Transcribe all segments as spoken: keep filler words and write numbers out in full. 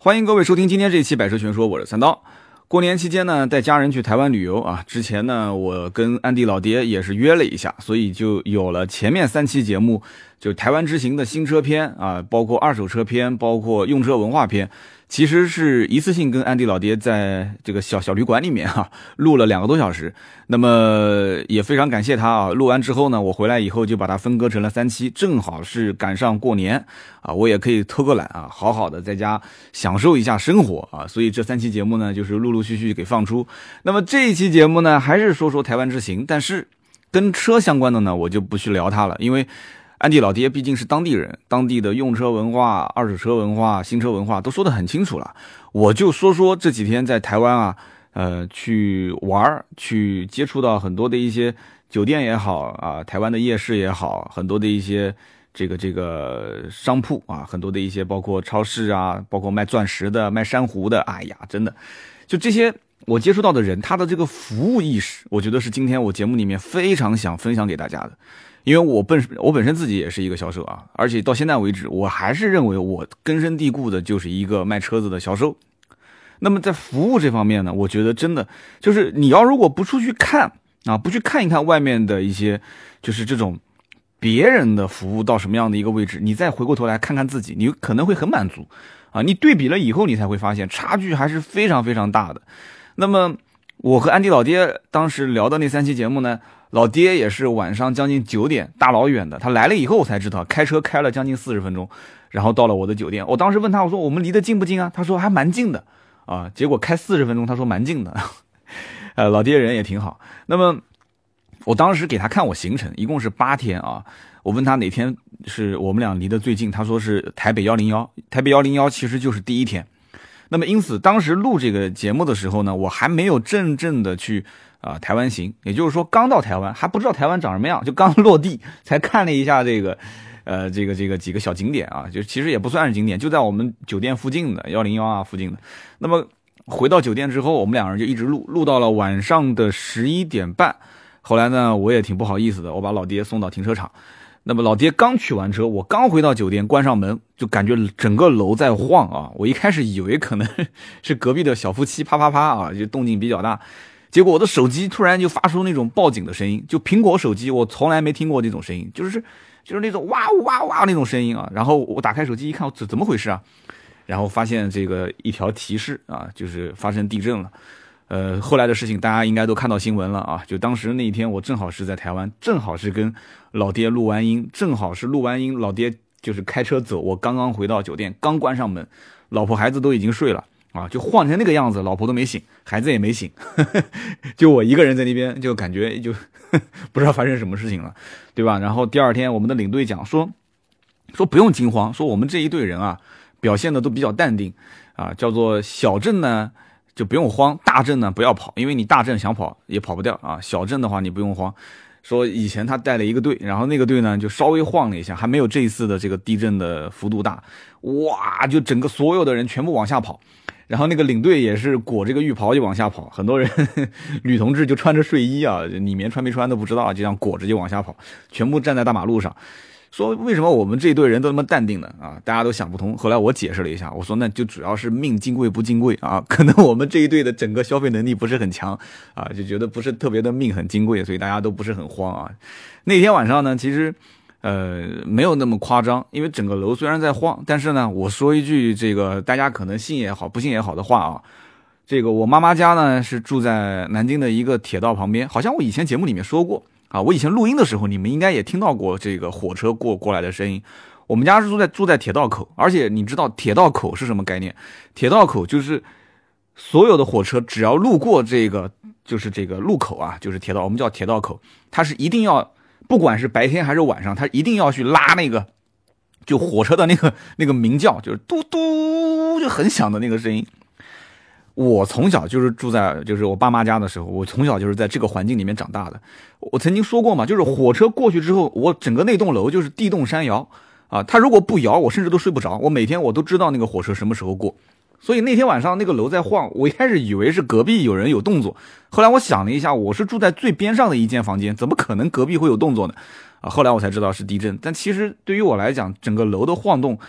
欢迎各位收听今天这一期百车全说，我是三刀。过年期间呢，带家人去台湾旅游啊。之前呢，我跟安迪老爹也是约了一下，所以就有了前面三期节目，就台湾之行的新车篇啊，包括二手车篇，包括用车文化篇。其实是一次性跟安迪老爹在这个小小旅馆里面啊录了两个多小时，那么也非常感谢他啊。录完之后呢，我回来以后就把它分割成了三期，正好是赶上过年啊，我也可以偷个懒啊，好好的在家享受一下生活啊。所以这三期节目呢，就是陆陆续续给放出。那么这一期节目呢，还是说说台湾之行，但是跟车相关的呢，我就不去聊它了，因为安迪老爹毕竟是当地人，当地的用车文化、二手车文化、新车文化都说得很清楚了。我就说说这几天在台湾啊，呃，去玩，去接触到很多的一些酒店也好啊，台湾的夜市也好，很多的一些这个这个商铺啊，很多的一些包括超市啊，包括卖钻石的、卖珊瑚的，哎呀，真的，就这些我接触到的人，他的这个服务意识，我觉得是今天我节目里面非常想分享给大家的。因为我本我本身自己也是一个销售啊，而且到现在为止，我还是认为我根深蒂固的就是一个卖车子的销售。那么在服务这方面呢，我觉得真的就是你要如果不出去看啊，不去看一看外面的一些就是这种别人的服务到什么样的一个位置，你再回过头来看看自己，你可能会很满足啊。你对比了以后，你才会发现差距还是非常非常大的。那么我和安迪老爹当时聊的那三期节目呢，老爹也是晚上将近九点，大老远的，他来了以后我才知道，开车开了将近四十分钟，然后到了我的酒店。我当时问他，我说我们离得近不近啊？他说还蛮近的啊。结果开四十分钟，他说蛮近的。呃，老爹人也挺好。那么我当时给他看我行程，一共是八天啊。我问他哪天是我们俩离得最近，他说是台北一零一，台北一零一其实就是第一天。那么因此当时录这个节目的时候呢，我还没有真正的去啊、呃，台湾行，也就是说刚到台湾还不知道台湾长什么样，就刚落地才看了一下这个呃这个这个几个小景点啊，就其实也不算是景点，就在我们酒店附近的一零一啊附近的。那么回到酒店之后，我们两人就一直录录到了晚上的十一点半。后来呢，我也挺不好意思的，我把老爹送到停车场。那么老爹刚取完车，我刚回到酒店关上门，就感觉整个楼在晃啊。我一开始以为可能是隔壁的小夫妻啪啪啪啊，就动静比较大。结果我的手机突然就发出那种报警的声音，就苹果手机我从来没听过这种声音，就是就是那种哇哇哇那种声音啊。然后我打开手机一看，怎怎么回事啊？然后发现这个一条提示啊，就是发生地震了。呃，后来的事情大家应该都看到新闻了啊。就当时那一天我正好是在台湾，正好是跟老爹录完音，正好是录完音，老爹就是开车走，我刚刚回到酒店，刚关上门，老婆孩子都已经睡了。啊，就晃成那个样子，老婆都没醒，孩子也没醒，呵呵，就我一个人在那边，就感觉就呵呵不知道发生什么事情了，对吧？然后第二天，我们的领队讲说，说不用惊慌，说我们这一队人啊，表现的都比较淡定，啊，叫做小镇呢就不用慌，大镇呢不要跑，因为你大镇想跑也跑不掉啊，小镇的话你不用慌。说以前他带了一个队，然后那个队呢就稍微晃了一下，还没有这一次的这个地震的幅度大，哇，就整个所有的人全部往下跑。然后那个领队也是裹这个浴袍就往下跑，很多人呵呵女同志就穿着睡衣啊，里面穿没穿都不知道，就这样裹着就往下跑，全部站在大马路上。说为什么我们这一队人都那么淡定呢？啊，大家都想不通。后来我解释了一下，我说那就主要是命金贵不金贵啊，可能我们这一队的整个消费能力不是很强啊，就觉得不是特别的命很金贵，所以大家都不是很慌啊。那天晚上呢，其实呃，没有那么夸张，因为整个楼虽然在晃，但是呢，我说一句这个大家可能信也好，不信也好的话啊，这个我妈妈家呢是住在南京的一个铁道旁边，好像我以前节目里面说过啊，我以前录音的时候，你们应该也听到过这个火车过过来的声音。我们家是住在住在铁道口，而且你知道铁道口是什么概念？铁道口就是所有的火车只要路过这个就是这个路口啊，就是铁道，我们叫铁道口，它是一定要。不管是白天还是晚上，他一定要去拉那个，就火车的那个那个鸣叫，就是嘟嘟就很响的那个声音。我从小就是住在就是我爸妈家的时候，我从小就是在这个环境里面长大的。我曾经说过嘛，就是火车过去之后，我整个那栋楼就是地动山摇啊，它如果不摇，我甚至都睡不着。我每天我都知道那个火车什么时候过。所以那天晚上那个楼在晃，我一开始以为是隔壁有人有动作，后来我想了一下，我是住在最边上的一间房间，怎么可能隔壁会有动作呢？啊，后来我才知道是地震。但其实对于我来讲，整个楼的晃动，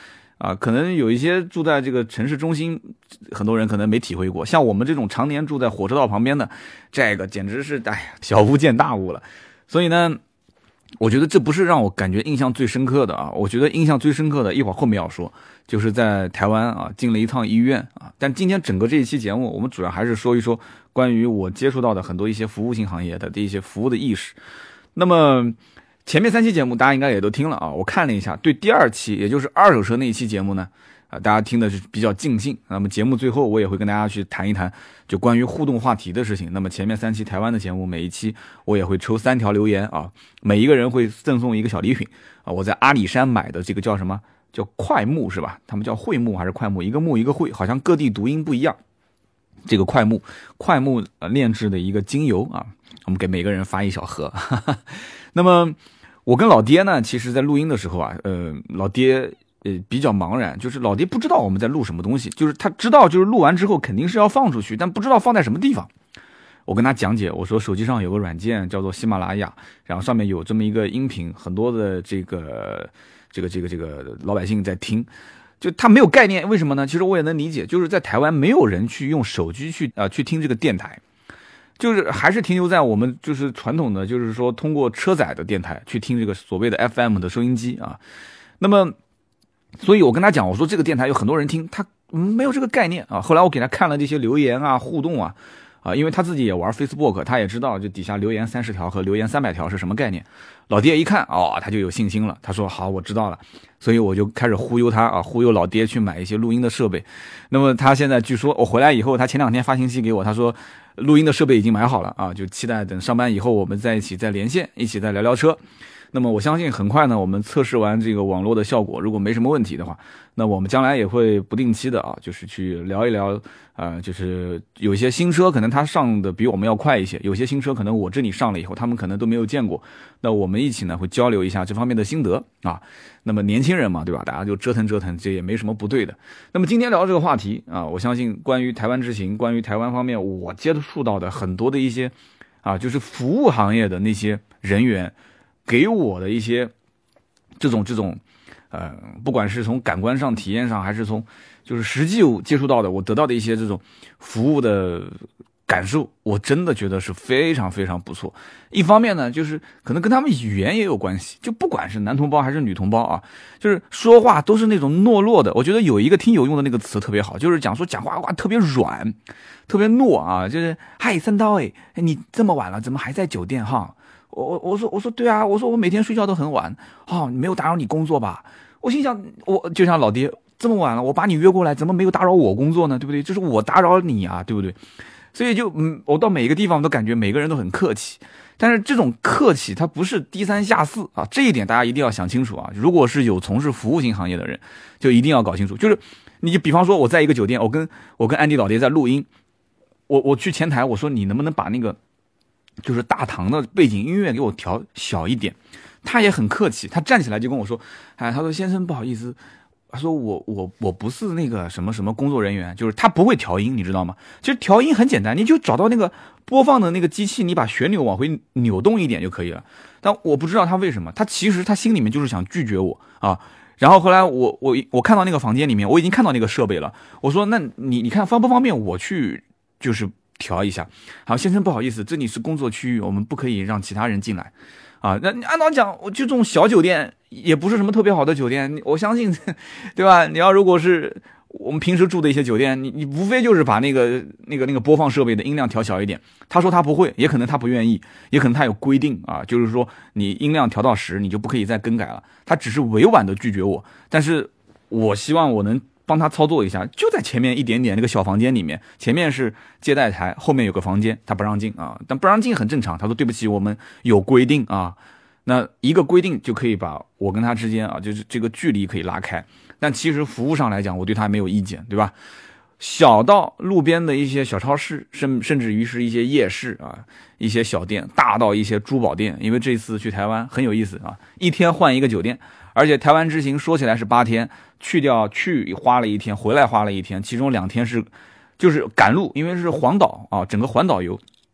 啊，可能有一些住在这个城市中心，很多人可能没体会过。像我们这种常年住在火车道旁边的，这个简直是哎呀小巫见大巫了。所以呢，我觉得这不是让我感觉印象最深刻的啊。我觉得印象最深刻的，一会儿后面要说，就是在台湾啊进了一趟医院啊。但今天整个这一期节目，我们主要还是说一说关于我接触到的很多一些服务性行业的一些服务的意识。那么前面三期节目大家应该也都听了啊，我看了一下，对第二期也就是二手车那一期节目呢，啊大家听的是比较尽兴。那么节目最后我也会跟大家去谈一谈就关于互动话题的事情。那么前面三期台湾的节目，每一期我也会抽三条留言啊，每一个人会赠送一个小礼品啊。我在阿里山买的这个叫什么叫快木是吧？他们叫桧木还是快木？一个木一个桧，好像各地读音不一样。这个快木快木呃炼制的一个精油啊，我们给每个人发一小盒。那么我跟老爹呢，其实在录音的时候啊，呃，老爹呃比较茫然，就是老爹不知道我们在录什么东西，就是他知道就是录完之后肯定是要放出去，但不知道放在什么地方。我跟他讲解，我说手机上有个软件叫做喜马拉雅，然后上面有这么一个音频，很多的这个这个这个这个老百姓在听。就他没有概念，为什么呢？其实我也能理解，就是在台湾没有人去用手机去啊、呃、去听这个电台。就是还是停留在我们就是传统的，就是说通过车载的电台去听这个所谓的 F M 的收音机啊。那么，所以我跟他讲，我说这个电台有很多人听，他没有这个概念啊。后来我给他看了这些留言啊、互动啊，啊，因为他自己也玩 Facebook， 他也知道就底下留言三十条和留言三百条是什么概念。老爹一看，哦，他就有信心了，他说好，我知道了。所以我就开始忽悠他啊，忽悠老爹去买一些录音的设备。那么他现在据说我回来以后，他前两天发信息给我，他说录音的设备已经买好了啊，就期待等上班以后我们在一起再连线，一起再聊聊车。那么我相信很快呢，我们测试完这个网络的效果，如果没什么问题的话，那我们将来也会不定期的啊，就是去聊一聊，呃，就是有些新车可能它上的比我们要快一些，有些新车可能我这里上了以后，他们可能都没有见过，那我们一起呢会交流一下这方面的心得啊。那么年轻人嘛，对吧？大家就折腾折腾，这也没什么不对的。那么今天聊这个话题啊，我相信关于台湾之行，关于台湾方面我接触到的很多的一些啊，就是服务行业的那些人员。给我的一些这种这种呃，不管是从感官上体验上，还是从就是实际接触到的，我得到的一些这种服务的感受，我真的觉得是非常非常不错。一方面呢，就是可能跟他们语言也有关系，就不管是男同胞还是女同胞啊，就是说话都是那种懦弱的。我觉得有一个挺有用的那个词特别好，就是讲说讲话话特别软，特别糯啊，就是嗨三刀哎，你这么晚了，怎么还在酒店哈？我我说我说对啊，我说我每天睡觉都很晚，哦，没有打扰你工作吧？我心想，我就像老爹这么晚了，我把你约过来，怎么没有打扰我工作呢？对不对？这是我打扰你啊，对不对？所以就嗯，我到每个地方都感觉每个人都很客气，但是这种客气它不是低三下四啊，这一点大家一定要想清楚啊。如果是有从事服务型行业的人，就一定要搞清楚，就是你比方说我在一个酒店，我跟我跟安迪老爹在录音，我我去前台，我说你能不能把那个。就是大堂的背景音乐给我调小一点，他也很客气，他站起来就跟我说，哎，他说先生不好意思，他说我我我不是那个什么什么工作人员，就是他不会调音，你知道吗？其实调音很简单，你就找到那个播放的那个机器，你把旋钮往回扭动一点就可以了。但我不知道他为什么，他其实他心里面就是想拒绝我啊。然后后来我我我看到那个房间里面，我已经看到那个设备了，我说那你你看方不方便我去就是。调一下，好，先生不好意思，这里是工作区域，我们不可以让其他人进来，啊，那按照讲，我就这种小酒店也不是什么特别好的酒店，我相信，对吧？你要如果是我们平时住的一些酒店，你你无非就是把那个那个那个播放设备的音量调小一点。他说他不会，也可能他不愿意，也可能他有规定啊，就是说你音量调到十，你就不可以再更改了。他只是委婉的拒绝我，但是我希望我能。帮他操作一下，就在前面一点点那个小房间里面，前面是接待台，后面有个房间，他不让进啊，但不让进很正常。他说对不起，我们有规定啊，那一个规定就可以把我跟他之间啊，就是这个距离可以拉开。但其实服务上来讲，我对他没有意见，对吧？小到路边的一些小超市，甚甚至于是一些夜市啊，一些小店，大到一些珠宝店。因为这次去台湾很有意思啊，一天换一个酒店。而且台湾之行说起来是八天，去掉去花了一天，回来花了一天，其中两天是就是赶路，因为是环岛啊，整个环岛游。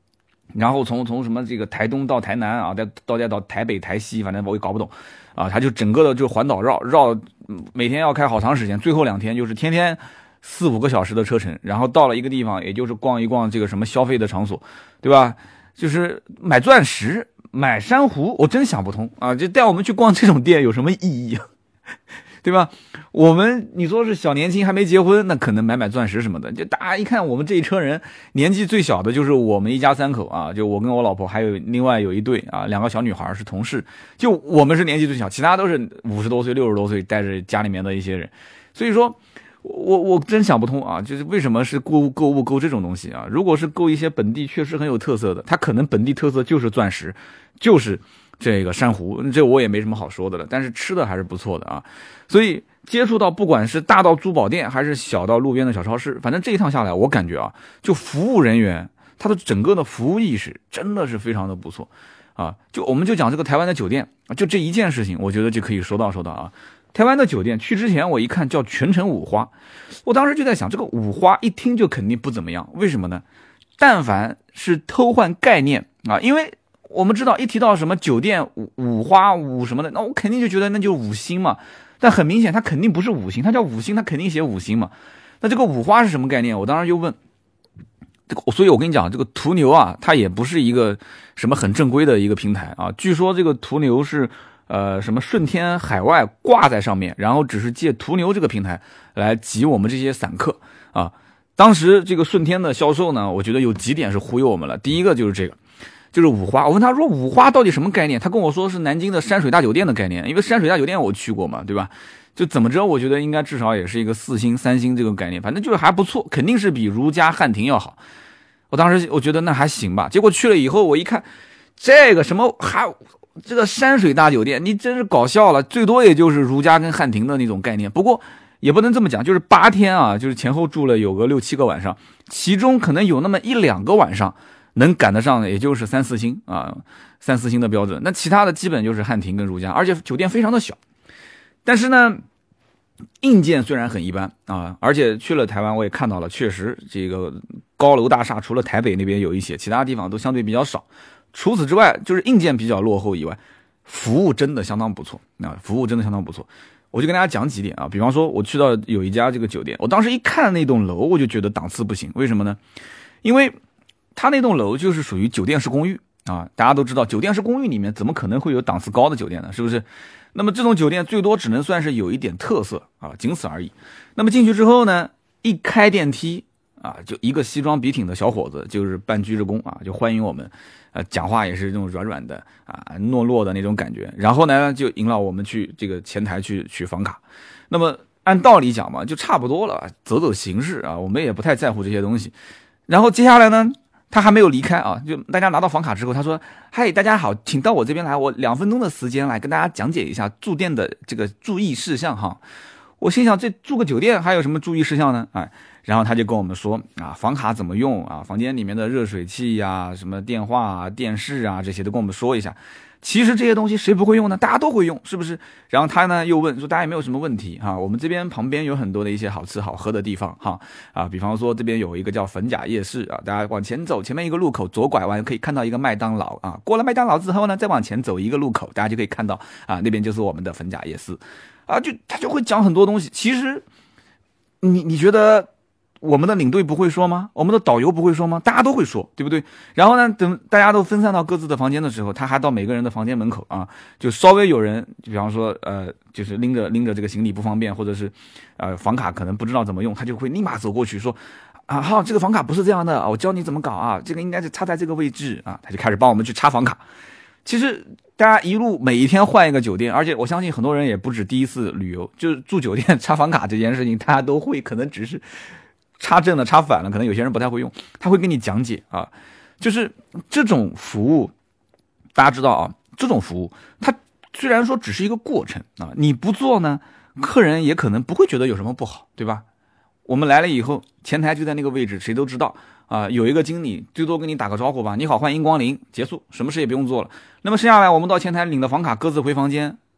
然后从从什么这个台东到台南啊，再到再到台北台西，反正我也搞不懂啊，他就整个的就环岛绕绕，每天要开好长时间，最后两天就是天天四五个小时的车程，然后到了一个地方，也就是逛一逛这个什么消费的场所，对吧？就是买钻石、买珊瑚，我真想不通啊！就带我们去逛这种店有什么意义啊？对吧？我们你说是小年轻还没结婚，那可能买买钻石什么的。就大家一看我们这一车人，年纪最小的就是我们一家三口啊，就我跟我老婆还有另外有一对啊，两个小女孩是同事，就我们是年纪最小，其他都是五十多岁、六十多岁，带着家里面的一些人。所以说，我我真想不通啊，就是为什么是购物购物购这种东西啊？如果是购一些本地确实很有特色的，它可能本地特色就是钻石，就是这个珊瑚，这我也没什么好说的了。但是吃的还是不错的啊。所以接触到不管是大到珠宝店还是小到路边的小超市，反正这一趟下来，我感觉啊，就服务人员他的整个的服务意识真的是非常的不错啊。就我们就讲这个台湾的酒店，就这一件事情，我觉得就可以说到说到啊。台湾的酒店去之前我一看叫全程五花，我当时就在想，这个五花一听就肯定不怎么样，为什么呢？但凡是偷换概念啊，因为我们知道一提到什么酒店五五花五什么的，那我肯定就觉得那就是五星嘛。但很明显它肯定不是五星，它叫五星，它肯定写五星嘛。那这个五花是什么概念？我当时就问这个，所以我跟你讲，这个途牛啊，它也不是一个什么很正规的一个平台啊。据说这个途牛是呃什么顺天海外挂在上面，然后只是借途牛这个平台来集我们这些散客啊。当时这个顺天的销售呢，我觉得有几点是忽悠我们了。第一个就是这个。就是五花，我问他说五花到底什么概念？他跟我说是南京的山水大酒店的概念，因为山水大酒店我去过嘛，对吧？就怎么着，我觉得应该至少也是一个四星、三星这个概念，反正就是还不错，肯定是比如家、汉庭要好。我当时我觉得那还行吧，结果去了以后，我一看这个什么还这个山水大酒店，你真是搞笑了，最多也就是如家跟汉庭的那种概念。不过也不能这么讲，就是八天啊，就是前后住了有个六七个晚上，其中可能有那么一两个晚上。能赶得上的也就是三四星啊，三四星的标准。那其他的基本就是汉庭跟如家，而且酒店非常的小。但是呢，硬件虽然很一般啊，而且去了台湾我也看到了，确实这个高楼大厦除了台北那边有一些，其他地方都相对比较少。除此之外，就是硬件比较落后以外，服务真的相当不错啊，服务真的相当不错。我就跟大家讲几点啊，比方说我去到有一家这个酒店，我当时一看那栋楼，我就觉得档次不行。为什么呢？因为他那栋楼就是属于酒店式公寓啊，大家都知道酒店式公寓里面怎么可能会有档次高的酒店呢？是不是？那么这种酒店最多只能算是有一点特色啊，仅此而已。那么进去之后呢，一开电梯啊，就一个西装笔挺的小伙子，就是扮居士工啊，就欢迎我们，呃，讲话也是这种软软的啊，糯糯的那种感觉。然后呢，就引导我们去这个前台去取房卡。那么按道理讲嘛，就差不多了，走走形式啊，我们也不太在乎这些东西。然后接下来呢？他还没有离开啊，就大家拿到房卡之后，他说：“嗨，大家好，请到我这边来，我两分钟的时间来跟大家讲解一下住店的这个注意事项哈。”我心想，这住个酒店还有什么注意事项呢？哎，然后他就跟我们说啊，房卡怎么用啊，房间里面的热水器呀、什么电话啊、电视啊这些都跟我们说一下。其实这些东西谁不会用呢？大家都会用，是不是？然后他呢又问说，大家有没有什么问题哈？我们这边旁边有很多的一些好吃好喝的地方哈啊，比方说这边有一个叫逢甲夜市啊，大家往前走，前面一个路口左拐弯可以看到一个麦当劳啊，过了麦当劳之后呢，再往前走一个路口，大家就可以看到啊，那边就是我们的逢甲夜市啊，就他就会讲很多东西。其实你你觉得？我们的领队不会说吗？我们的导游不会说吗？大家都会说，对不对？然后呢，等大家都分散到各自的房间的时候，他还到每个人的房间门口啊，就稍微有人，比方说呃，就是拎着拎着这个行李不方便，或者是呃房卡可能不知道怎么用，他就会立马走过去说啊，好，这个房卡不是这样的，我教你怎么搞啊，这个应该是插在这个位置啊，他就开始帮我们去插房卡。其实大家一路每一天换一个酒店，而且我相信很多人也不止第一次旅游，就是住酒店插房卡这件事情，大家都会，可能只是。插正了插反了，可能有些人不太会用，他会跟你讲解啊，就是这种服务，大家知道啊，这种服务它虽然说只是一个过程啊，你不做呢，客人也可能不会觉得有什么不好，对吧？我们来了以后，前台就在那个位置，谁都知道啊，有一个经理最多跟你打个招呼吧，你好，欢迎光临，结束，什么事也不用做了。那么剩下来我们到前台领了房卡，各自回房间，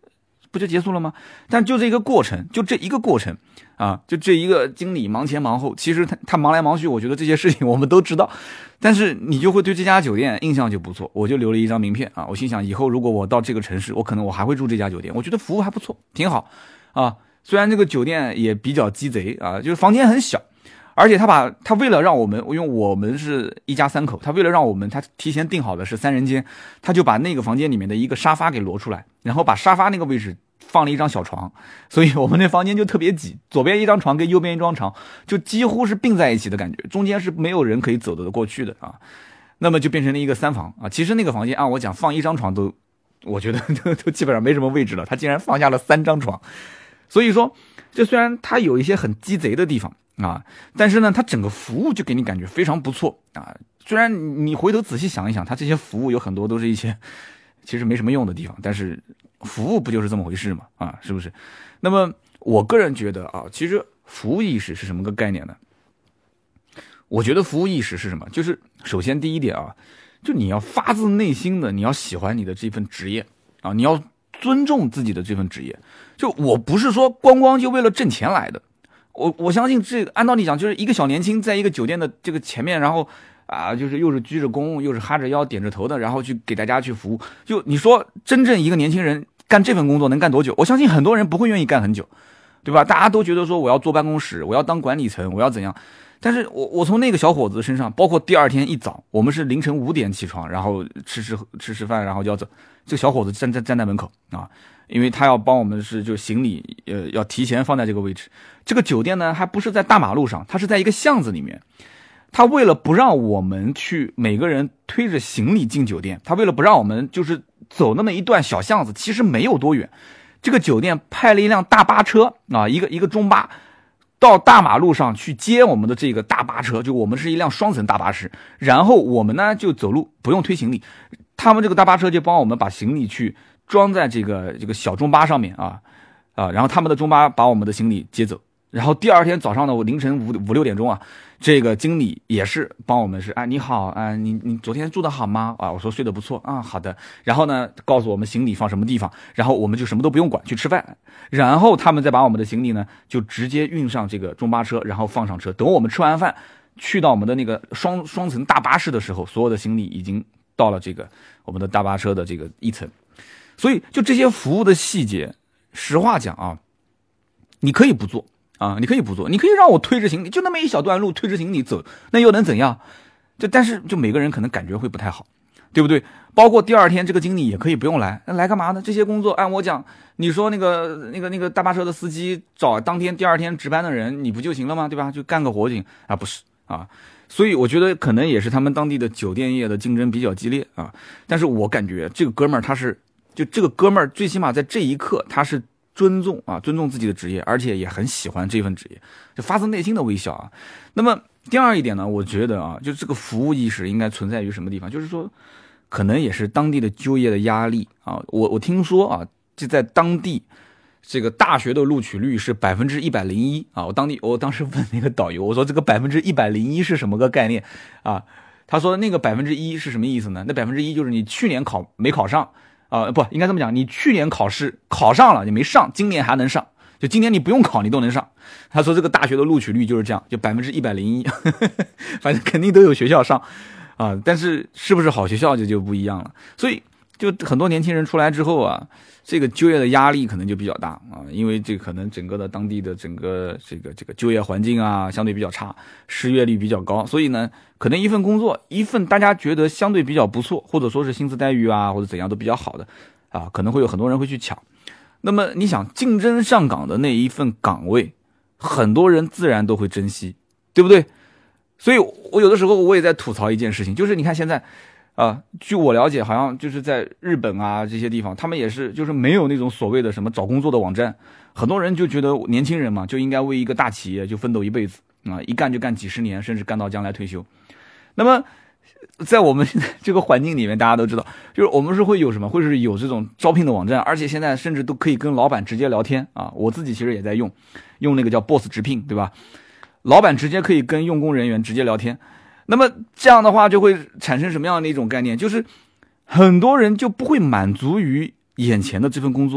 不就结束了吗？但就这一个过程，就这一个过程啊，就这一个经理忙前忙后，其实他他忙来忙去，我觉得这些事情我们都知道，但是你就会对这家酒店印象就不错，我就留了一张名片啊，我心想以后如果我到这个城市，我可能我还会住这家酒店，我觉得服务还不错，挺好啊。虽然这个酒店也比较鸡贼啊，就是房间很小。而且他把他为了让我们，因为我们是一家三口，他为了让我们，他提前订好的是三人间，他就把那个房间里面的一个沙发给挪出来，然后把沙发那个位置放了一张小床，所以我们那房间就特别挤，左边一张床跟右边一张床就几乎是并在一起的感觉，中间是没有人可以走得过去的啊。那么就变成了一个三房啊。其实那个房间按我讲放一张床都，我觉得都都基本上没什么位置了，他竟然放下了三张床，所以说这虽然它有一些很鸡贼的地方。啊，但是呢，它整个服务就给你感觉非常不错啊。虽然你回头仔细想一想，它这些服务有很多都是一些其实没什么用的地方，但是服务不就是这么回事嘛？啊，是不是？那么我个人觉得啊，其实服务意识是什么个概念呢？我觉得服务意识是什么？就是首先第一点啊，就你要发自内心的，你要喜欢你的这份职业啊，你要尊重自己的这份职业。就我不是说光光就为了挣钱来的。我我相信这个，按道理讲，就是一个小年轻在一个酒店的这个前面，然后啊，就是又是鞠着躬，又是哈着腰，点着头的，然后去给大家去服务。就你说，真正一个年轻人干这份工作能干多久？我相信很多人不会愿意干很久，对吧？大家都觉得说我要坐办公室，我要当管理层，我要怎样？但是我我从那个小伙子身上，包括第二天一早，我们是凌晨五点起床，然后吃吃吃吃饭，然后就要走。这个小伙子站站站在门口啊。因为他要帮我们是就行李呃要提前放在这个位置，这个酒店呢还不是在大马路上，它是在一个巷子里面。他为了不让我们去每个人推着行李进酒店，他为了不让我们就是走那么一段小巷子，其实没有多远，这个酒店派了一辆大巴车啊，一个一个中巴到大马路上去接我们的这个大巴车，就我们是一辆双层大巴士，然后我们呢就走路不用推行李，他们这个大巴车就帮我们把行李去装在这个这个小中巴上面啊啊，然后他们的中巴把我们的行李接走，然后第二天早上的凌晨五五六点钟啊，这个经理也是帮我们是啊，你好啊，你你昨天住的好吗？啊，我说睡得不错啊，好的。然后呢，告诉我们行李放什么地方，然后我们就什么都不用管，去吃饭。然后他们再把我们的行李呢，就直接运上这个中巴车，然后放上车。等我们吃完饭，去到我们的那个双双层大巴士的时候，所有的行李已经到了这个我们的大巴车的这个一层。所以就这些服务的细节，实话讲啊，你可以不做啊，你可以不做，你可以让我推着行李，就那么一小段路推着行李走，那又能怎样？就但是就每个人可能感觉会不太好，对不对？包括第二天这个经理也可以不用来，来干嘛呢？这些工作按我讲，你说那个那个那个大巴车的司机找当天第二天值班的人，你不就行了吗？对吧？就干个活警啊，不是啊。所以我觉得可能也是他们当地的酒店业的竞争比较激烈啊。但是我感觉这个哥们儿他是。就这个哥们儿，最起码在这一刻，他是尊重啊，尊重自己的职业，而且也很喜欢这份职业，就发自内心的微笑啊。那么第二一点呢，我觉得啊，就这个服务意识应该存在于什么地方？就是说，可能也是当地的就业的压力啊。我我听说啊，就在当地，这个大学的录取率是百分之一百零一啊。我当地我当时问那个导游，我说这个百分之一百零一是什么个概念啊？他说那个百分之一是什么意思呢？那百分之一就是你去年考没考上。啊、呃，不应该这么讲，你去年考试考上了，你没上，今年还能上，就今年你不用考，你都能上。他说这个大学的录取率就是这样，就百分之一百零一，反正肯定都有学校上啊，但是是不是好学校就就不一样了。所以就很多年轻人出来之后啊，这个就业的压力可能就比较大啊，因为这可能整个的当地的整个这个这个就业环境啊相对比较差，失业率比较高，所以呢，可能一份工作，一份大家觉得相对比较不错，或者说是薪资待遇啊或者怎样都比较好的啊，可能会有很多人会去抢。那么你想竞争上岗的那一份岗位，很多人自然都会珍惜，对不对？所以我有的时候我也在吐槽一件事情，就是你看现在啊，据我了解，好像就是在日本啊这些地方，他们也是就是没有那种所谓的什么找工作的网站，很多人就觉得年轻人嘛就应该为一个大企业就奋斗一辈子啊，一干就干几十年，甚至干到将来退休。那么在我们现在这个环境里面，大家都知道，就是我们是会有什么，会是有这种招聘的网站，而且现在甚至都可以跟老板直接聊天啊。我自己其实也在用，用那个叫 Boss 直聘，对吧？老板直接可以跟用工人员直接聊天。那么这样的话就会产生什么样的一种概念，就是很多人就不会满足于眼前的这份工作，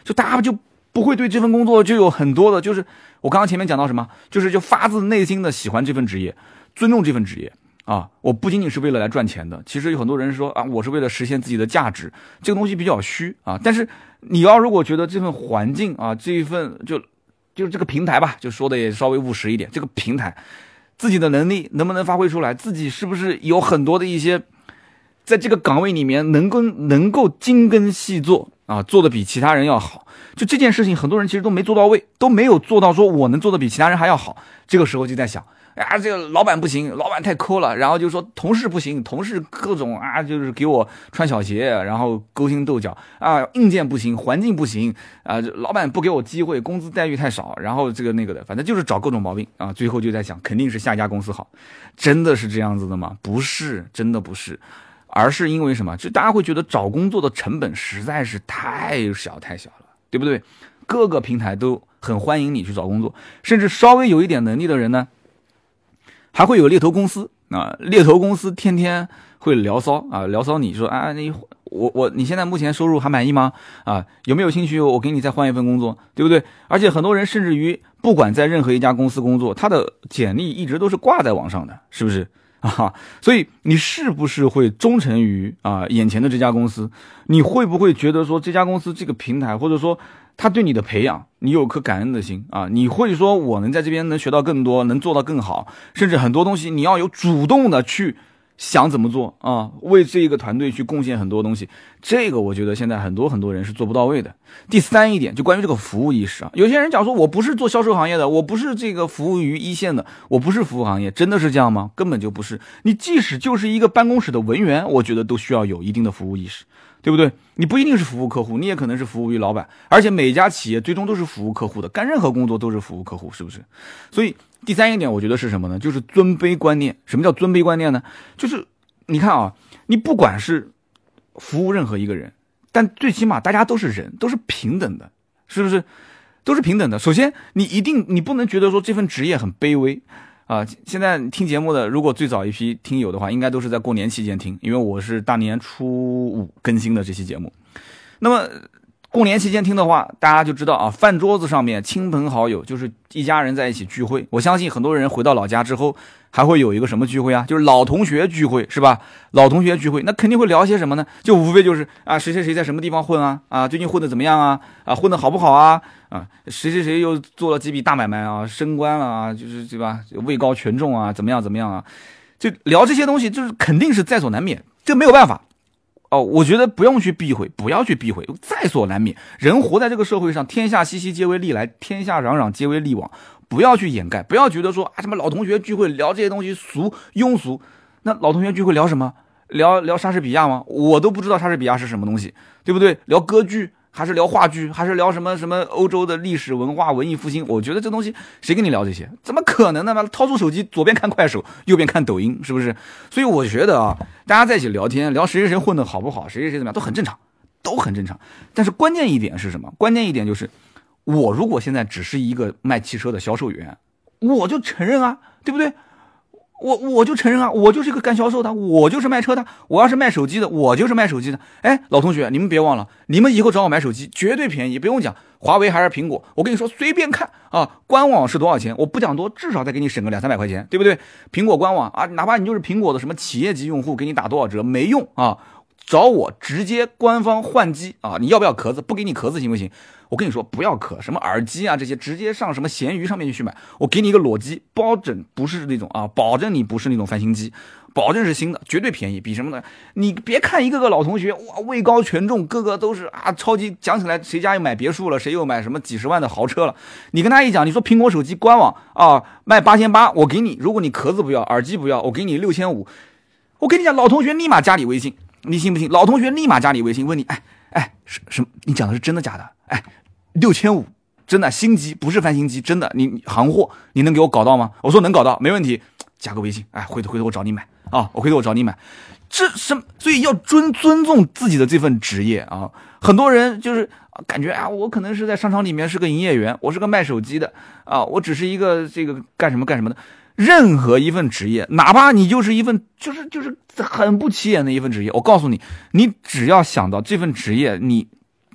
就大家就不会对这份工作就有很多的，就是我刚刚前面讲到什么，就是就发自内心的喜欢这份职业，尊重这份职业啊。我不仅仅是为了来赚钱的，其实有很多人说啊，我是为了实现自己的价值，这个东西比较虚啊。但是你要如果觉得这份环境啊，这一份就就是这个平台吧，就说的也稍微务实一点，这个平台自己的能力能不能发挥出来，自己是不是有很多的一些在这个岗位里面能够能够精耕细作啊，做的比其他人要好。就这件事情很多人其实都没做到位，都没有做到说我能做的比其他人还要好。这个时候就在想啊，这个老板不行，老板太抠了，然后就说同事不行，同事各种啊，就是给我穿小鞋，然后勾心斗角啊，硬件不行，环境不行啊，老板不给我机会，工资待遇太少，然后这个那个的，反正就是找各种毛病啊。最后就在想，肯定是下家公司好。真的是这样子的吗？不是，真的不是，而是因为什么？就大家会觉得找工作的成本实在是太小太小了，对不对？各个平台都很欢迎你去找工作，甚至稍微有一点能力的人呢，还会有猎头公司啊，猎头公司天天会聊骚啊，聊骚你说啊，你我我你现在目前收入还满意吗？啊，有没有兴趣我给你再换一份工作，对不对？而且很多人甚至于不管在任何一家公司工作，他的简历一直都是挂在网上的，是不是啊？所以你是不是会忠诚于啊眼前的这家公司？你会不会觉得说这家公司这个平台，或者说他对你的培养，你有颗感恩的心啊？你会说我能在这边能学到更多，能做到更好，甚至很多东西你要有主动的去想怎么做啊，为这个团队去贡献很多东西。这个我觉得现在很多很多人是做不到位的。第三一点，就关于这个服务意识啊，有些人讲说我不是做销售行业的，我不是这个服务于一线的，我不是服务行业，真的是这样吗？根本就不是。你即使就是一个办公室的文员，我觉得都需要有一定的服务意识，对不对？你不一定是服务客户，你也可能是服务于老板，而且每家企业最终都是服务客户的，干任何工作都是服务客户，是不是？所以第三一点我觉得是什么呢？就是尊卑观念。什么叫尊卑观念呢？就是你看啊，你不管是服务任何一个人，但最起码大家都是人，都是平等的，是不是？都是平等的。首先你一定你不能觉得说这份职业很卑微啊！现在听节目的，如果最早一批听友的话，应该都是在过年期间听，因为我是大年初五更新的这期节目。那么过年期间听的话，大家就知道啊，饭桌子上面亲朋好友，就是一家人在一起聚会。我相信很多人回到老家之后，还会有一个什么聚会啊？就是老同学聚会，是吧？老同学聚会，那肯定会聊些什么呢？就无非就是啊，谁谁谁在什么地方混啊？啊，最近混得怎么样啊？啊，混得好不好啊？啊，谁谁谁又做了几笔大买卖啊？升官了啊？就是对吧？位高权重啊？怎么样怎么样啊？就聊这些东西，就是肯定是在所难免，这没有办法。哦，我觉得不用去避讳，不要去避讳，在所难免。人活在这个社会上，天下熙熙皆为利来，天下攘攘皆为利往。不要去掩盖，不要觉得说啊什么老同学聚会聊这些东西俗庸俗。那老同学聚会聊什么？聊聊莎士比亚吗？我都不知道莎士比亚是什么东西，对不对？聊歌剧还是聊话剧，还是聊什么什么欧洲的历史文化、文艺复兴？我觉得这东西谁跟你聊这些？怎么可能呢？掏出手机，左边看快手，右边看抖音，是不是？所以我觉得啊，大家在一起聊天，聊谁谁谁混得好不好，谁谁谁怎么样，都很正常，都很正常。但是关键一点是什么？关键一点就是，我如果现在只是一个卖汽车的销售员，我就承认啊，对不对？我我就承认啊，我就是一个干销售的，我就是卖车的。我要是卖手机的，我就是卖手机的。哎，老同学，你们别忘了，你们以后找我买手机绝对便宜，不用讲华为还是苹果，我跟你说随便看啊，官网是多少钱，我不讲多，至少再给你省个两三百块钱，对不对？苹果官网啊，哪怕你就是苹果的什么企业级用户，给你打多少折没用啊，找我直接官方换机啊！你要不要壳子？不给你壳子行不行？我跟你说，不要壳，什么耳机啊这些，直接上什么闲鱼上面去买。我给你一个裸机，保证不是那种啊，保证你不是那种翻新机，保证是新的，绝对便宜。比什么呢？你别看一个个老同学，哇，位高权重，个个都是啊，超级讲起来，谁家又买别墅了，谁又买什么几十万的豪车了？你跟他一讲，你说苹果手机官网啊卖八千八，我给你，如果你壳子不要，耳机不要，我给你六千五。我跟你讲，老同学立马加你微信。你信不信？老同学立马加你微信，问你，哎哎，什什么？你讲的是真的假的？哎，六千五，真的新机，不是翻新机，真的，你你行货，你能给我搞到吗？我说能搞到，没问题，加个微信，哎，回头回头我找你买啊，我回头我找你买，这什么？所以要尊尊重自己的这份职业啊。很多人就是感觉啊，我可能是在商场里面是个营业员，我是个卖手机的啊，我只是一个这个干什么干什么的。任何一份职业，哪怕你就是一份就是就是很不起眼的一份职业，我告诉你，你只要想到这份职业，你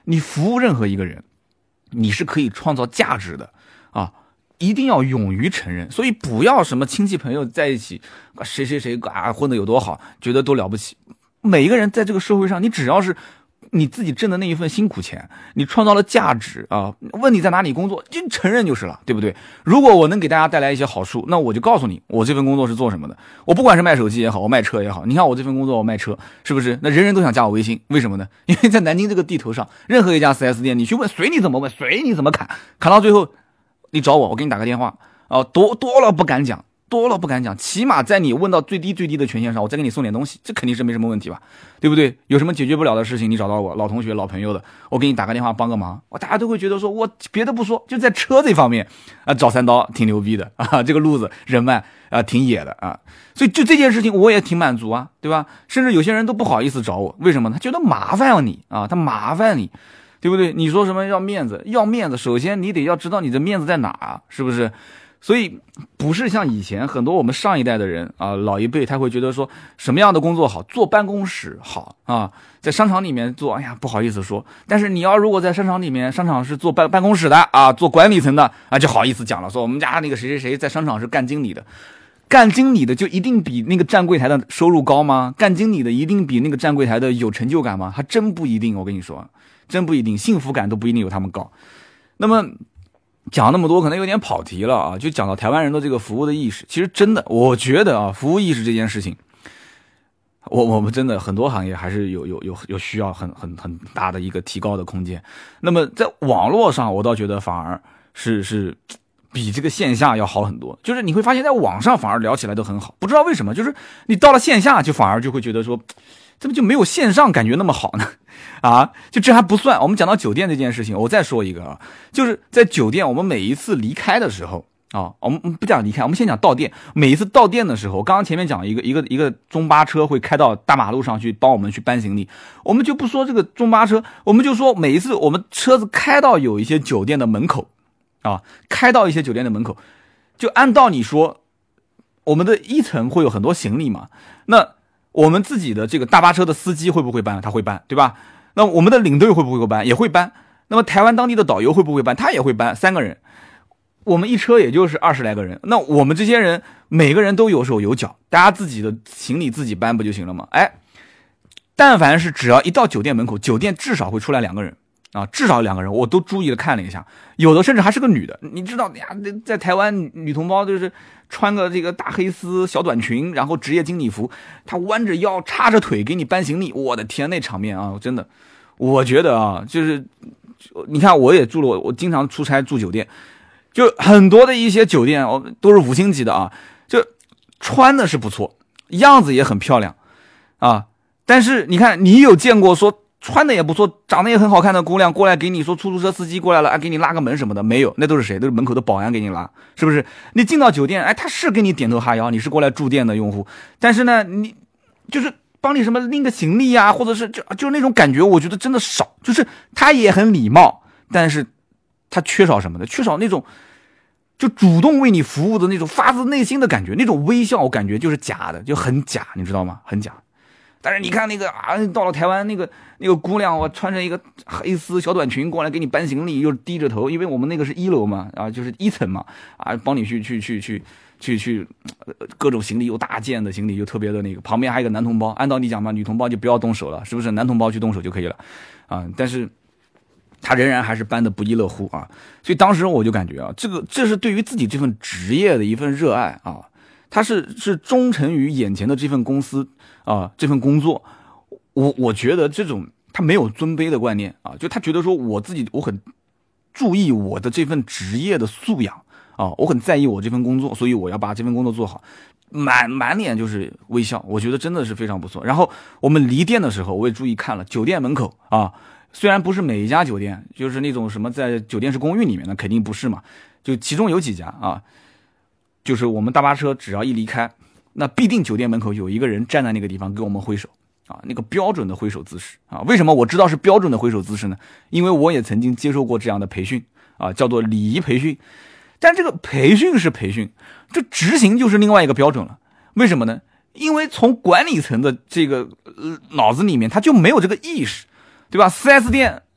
你服务任何一个人，你是可以创造价值的啊，一定要勇于承认。所以不要什么亲戚朋友在一起，谁谁谁啊混得有多好，觉得多了不起。每一个人在这个社会上，你只要是你自己挣的那一份辛苦钱，你创造了价值啊，问你在哪里工作，就承认就是了，对不对？如果我能给大家带来一些好处，那我就告诉你，我这份工作是做什么的。我不管是卖手机也好，我卖车也好，你看我这份工作我卖车，是不是？那人人都想加我微信，为什么呢？因为在南京这个地头上，任何一家 四 S 店，你去问随你怎么问，随你怎么砍，砍到最后，你找我，我给你打个电话啊，多多了不敢讲。多了不敢讲，起码在你问到最低最低的权限上，我再给你送点东西，这肯定是没什么问题吧，对不对？有什么解决不了的事情，你找到我，老同学、老朋友的，我给你打个电话帮个忙，大家都会觉得说，我别的不说，就在车这方面啊，找三刀挺牛逼的啊，这个路子人脉啊挺野的啊，所以就这件事情我也挺满足啊，对吧？甚至有些人都不好意思找我，为什么呢？他觉得麻烦你啊，他麻烦你，对不对？你说什么要面子，要面子，首先你得要知道你的面子在哪啊，是不是？所以不是像以前很多我们上一代的人啊，老一辈他会觉得说什么样的工作好，坐办公室好啊，在商场里面做，哎呀不好意思说。但是你要如果在商场里面，商场是做办办公室的啊，做管理层的啊，就好意思讲了，说我们家那个谁谁谁在商场是干经理的，干经理的就一定比那个站柜台的收入高吗？干经理的一定比那个站柜台的有成就感吗？还真不一定，我跟你说，真不一定，幸福感都不一定有他们高。那么讲那么多可能有点跑题了啊，就讲到台湾人的这个服务的意识。其实真的，我觉得啊，服务意识这件事情，我我们真的很多行业还是有有有有需要很很很大的一个提高的空间。那么在网络上，我倒觉得反而是是比这个线下要好很多。就是你会发现在网上反而聊起来都很好，不知道为什么，就是你到了线下就反而就会觉得说，怎么就没有线上感觉那么好呢？啊，就这还不算，我们讲到酒店这件事情，我再说一个啊，就是在酒店我们每一次离开的时候啊，我们不讲离开，我们先讲到店。每一次到店的时候，刚刚前面讲一个一个一个中巴车会开到大马路上去帮我们去搬行李，我们就不说这个中巴车，我们就说每一次我们车子开到有一些酒店的门口啊，开到一些酒店的门口，就按道理说，我们的一层会有很多行李嘛，那我们自己的这个大巴车的司机会不会搬？他会搬，对吧？那我们的领队会不会搬？也会搬。那么台湾当地的导游会不会搬？他也会搬，三个人，我们一车也就是二十来个人。那我们这些人每个人都有手有脚，大家自己的行李自己搬不就行了吗？哎，但凡是只要一到酒店门口，酒店至少会出来两个人啊，至少两个人，我都注意的看了一下，有的甚至还是个女的。你知道呀，在台湾女同胞就是穿个这个大黑丝小短裙，然后职业经理服，她弯着腰叉着腿给你搬行李，我的天，那场面啊，真的，我觉得啊，就是你看我也住了，我我经常出差住酒店，就很多的一些酒店哦都是五星级的啊，就穿的是不错，样子也很漂亮啊，但是你看你有见过说穿的也不错，长得也很好看的姑娘过来给你说出租车司机过来了，哎，给你拉个门什么的，没有，那都是谁？都是门口的保安给你拉，是不是？你进到酒店，哎，他是给你点头哈腰，你是过来住店的用户，但是呢，你就是帮你什么拎个行李啊，或者是就就是那种感觉，我觉得真的少，就是他也很礼貌，但是他缺少什么的？缺少那种就主动为你服务的那种发自内心的感觉，那种微笑，我感觉就是假的，就很假，你知道吗？很假。但是你看那个啊，到了台湾那个那个姑娘，我穿着一个黑丝小短裙过来给你搬行李，又低着头，因为我们那个是一楼嘛，啊，就是一层嘛，啊，帮你去去去去去去，各种行李又大件的行李又特别的那个，旁边还有一个男同胞，按道理讲嘛，女同胞就不要动手了，是不是？男同胞去动手就可以了，啊，但是他仍然还是搬得不亦乐乎啊，所以当时我就感觉啊，这个这是对于自己这份职业的一份热爱啊。他是是忠诚于眼前的这份公司啊，这份工作，我我觉得这种他没有尊卑的观念啊，就他觉得说我自己我很注意我的这份职业的素养啊，我很在意我这份工作，所以我要把这份工作做好，满满脸就是微笑，我觉得真的是非常不错。然后我们离店的时候，我也注意看了酒店门口啊，虽然不是每一家酒店，就是那种什么在酒店式公寓里面的肯定不是嘛，就其中有几家啊。就是我们大巴车只要一离开，那必定酒店门口有一个人站在那个地方给我们挥手啊，那个标准的挥手姿势啊。为什么我知道是标准的挥手姿势呢？因为我也曾经接受过这样的培训啊，叫做礼仪培训。但这个培训是培训，这执行就是另外一个标准了。为什么呢？因为从管理层的这个、呃、脑子里面他就没有这个意识，对吧？ 四 S 店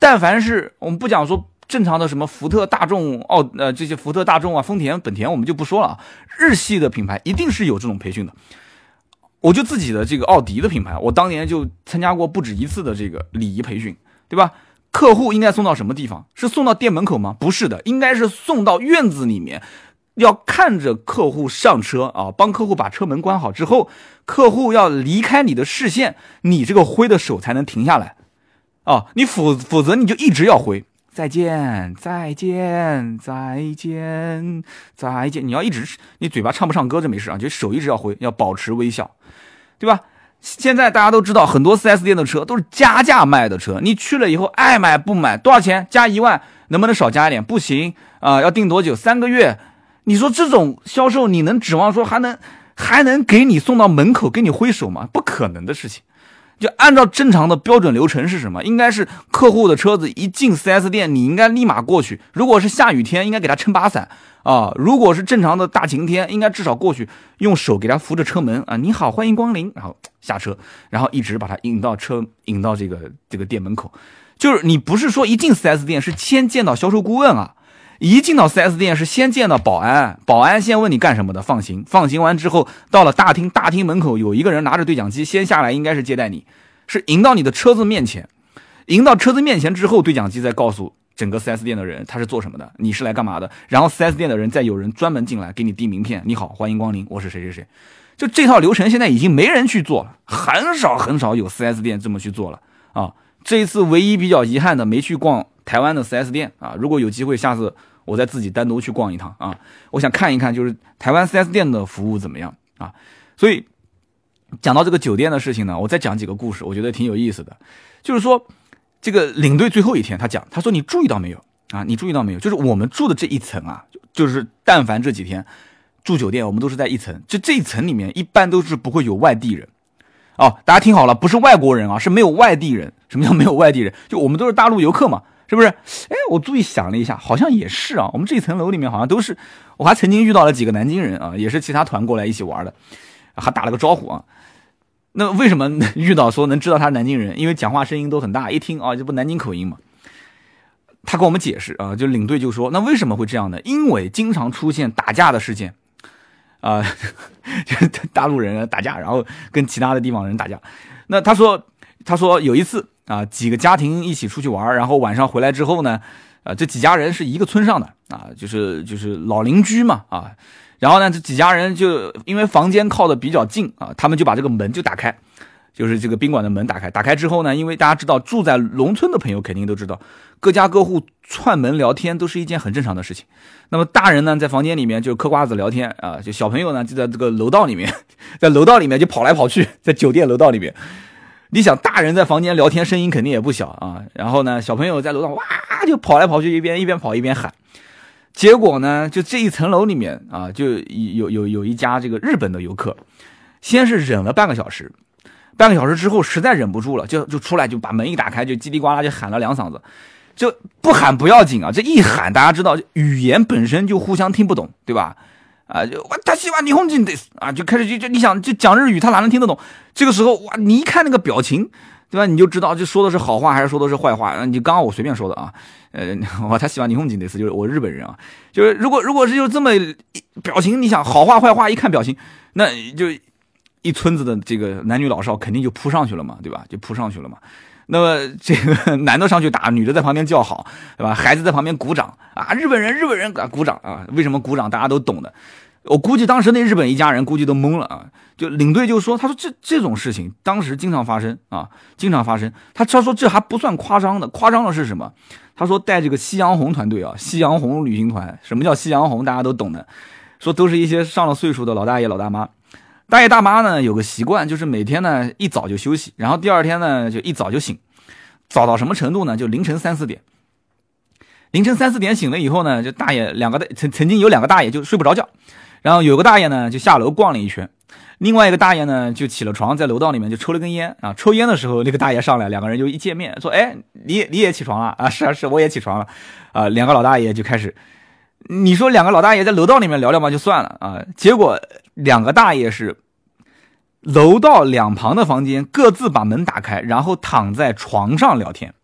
但凡是我们不讲说正常的什么福特、大众、奥呃这些福特、大众啊、丰田、本田我们就不说了，日系的品牌一定是有这种培训的。我就自己的这个奥迪的品牌，我当年就参加过不止一次的这个礼仪培训，对吧？客户应该送到什么地方？是送到店门口吗？不是的，应该是送到院子里面，要看着客户上车啊，帮客户把车门关好之后，客户要离开你的视线，你这个挥的手才能停下来啊，你否否则你就一直要挥，再见再见再见再见，你要一直，你嘴巴唱不唱歌这没事啊，就手一直要挥，要保持微笑，对吧？现在大家都知道，很多 四 S 店的车都是加价卖的车，你去了以后爱买不买，多少钱？加一万，能不能少加一点？不行啊、呃，要定多久？三个月。你说这种销售，你能指望说还能还能给你送到门口给你挥手吗？不可能的事情。就按照正常的标准流程是什么？应该是客户的车子一进 四 S 店，你应该立马过去。如果是下雨天，应该给他撑把伞啊；如果是正常的大晴天，应该至少过去用手给他扶着车门啊，你好，欢迎光临，然后下车，然后一直把他引到车，引到这个这个店门口。就是你不是说一进 四 S 店是先见到销售顾问啊，一进到 四 S 店是先见到保安，保安先问你干什么的，放行，放行完之后到了大厅，大厅门口有一个人拿着对讲机，先下来应该是接待你，是迎到你的车子面前，迎到车子面前之后，对讲机再告诉整个 四 S 店的人他是做什么的，你是来干嘛的，然后 四 S 店的人再有人专门进来给你递名片，你好，欢迎光临，我是谁谁谁。就这套流程现在已经没人去做了，很少很少有 四 S 店这么去做了啊。这一次唯一比较遗憾的没去逛台湾的 四 S 店啊，如果有机会下次我再自己单独去逛一趟啊，我想看一看就是台湾 四 S 店的服务怎么样啊。所以讲到这个酒店的事情呢，我再讲几个故事，我觉得挺有意思的。就是说这个领队最后一天他讲，他说你注意到没有啊？你注意到没有？就是我们住的这一层啊，就是但凡这几天住酒店，我们都是在一层，就这一层里面一般都是不会有外地人哦。大家听好了，不是外国人啊，是没有外地人。什么叫没有外地人？就我们都是大陆游客嘛，是不是？哎，我注意想了一下，好像也是啊。我们这一层楼里面好像都是，我还曾经遇到了几个南京人啊，也是其他团过来一起玩的，还打了个招呼啊。那为什么遇到说能知道他是南京人？因为讲话声音都很大，一听啊，这不南京口音嘛。他跟我们解释啊，就领队就说，那为什么会这样呢？因为经常出现打架的事件啊、呃，就是大陆人打架，然后跟其他的地方人打架。那他说，他说有一次啊，几个家庭一起出去玩，然后晚上回来之后呢，啊，这几家人是一个村上的啊，就是就是老邻居嘛啊。然后呢，这几家人就因为房间靠得比较近啊，他们就把这个门就打开，就是这个宾馆的门打开。打开之后呢，因为大家知道住在农村的朋友肯定都知道，各家各户串门聊天都是一件很正常的事情。那么大人呢在房间里面就嗑瓜子聊天啊，就小朋友呢就在这个楼道里面，在楼道里面就跑来跑去，在酒店楼道里面。你想大人在房间聊天声音肯定也不小啊，然后呢小朋友在楼上哇就跑来跑去，一边一边跑一边喊。结果呢，就这一层楼里面啊，就有有有一家这个日本的游客，先是忍了半个小时，半个小时之后实在忍不住了，就就出来就把门一打开，就叽里呱啦就喊了两嗓子。就不喊不要紧啊，这一喊大家知道语言本身就互相听不懂，对吧？啊，就哇他希望日本人です啊，就开始就就你想就讲日语，他哪能听得懂？这个时候哇，你一看那个表情，对吧？你就知道这说的是好话还是说的是坏话。你刚刚我随便说的啊。呃，我他喜欢霓虹景的意思就是我日本人啊，就是如果如果是就这么表情，你想好话坏话一看表情，那就一村子的这个男女老少肯定就扑上去了嘛，对吧？就扑上去了嘛。那么这个男的上去打，女的在旁边叫好，对吧？孩子在旁边鼓掌啊，日本人日本人啊鼓掌啊，为什么鼓掌？大家都懂的。我估计当时那日本一家人估计都懵了啊！就领队就说，他说这这种事情当时经常发生啊，经常发生。他他说这还不算夸张的，夸张的是什么？他说带这个夕阳红团队啊，夕阳红旅行团，什么叫夕阳红？大家都懂的，说都是一些上了岁数的老大爷老大妈。大爷大妈呢有个习惯，就是每天呢一早就休息，然后第二天呢就一早就醒，早到什么程度呢？就凌晨三四点。凌晨三四点醒了以后呢，就大爷两个曾曾经有两个大爷就睡不着觉。然后有个大爷呢就下楼逛了一圈，另外一个大爷呢就起了床，在楼道里面就抽了根烟啊。抽烟的时候，那个大爷上来，两个人就一见面说：“哎，你你也起床了啊？”“是啊，是我也起床了。”啊，两个老大爷就开始，你说两个老大爷在楼道里面聊聊嘛就算了啊，结果两个大爷是楼道两旁的房间各自把门打开，然后躺在床上聊天。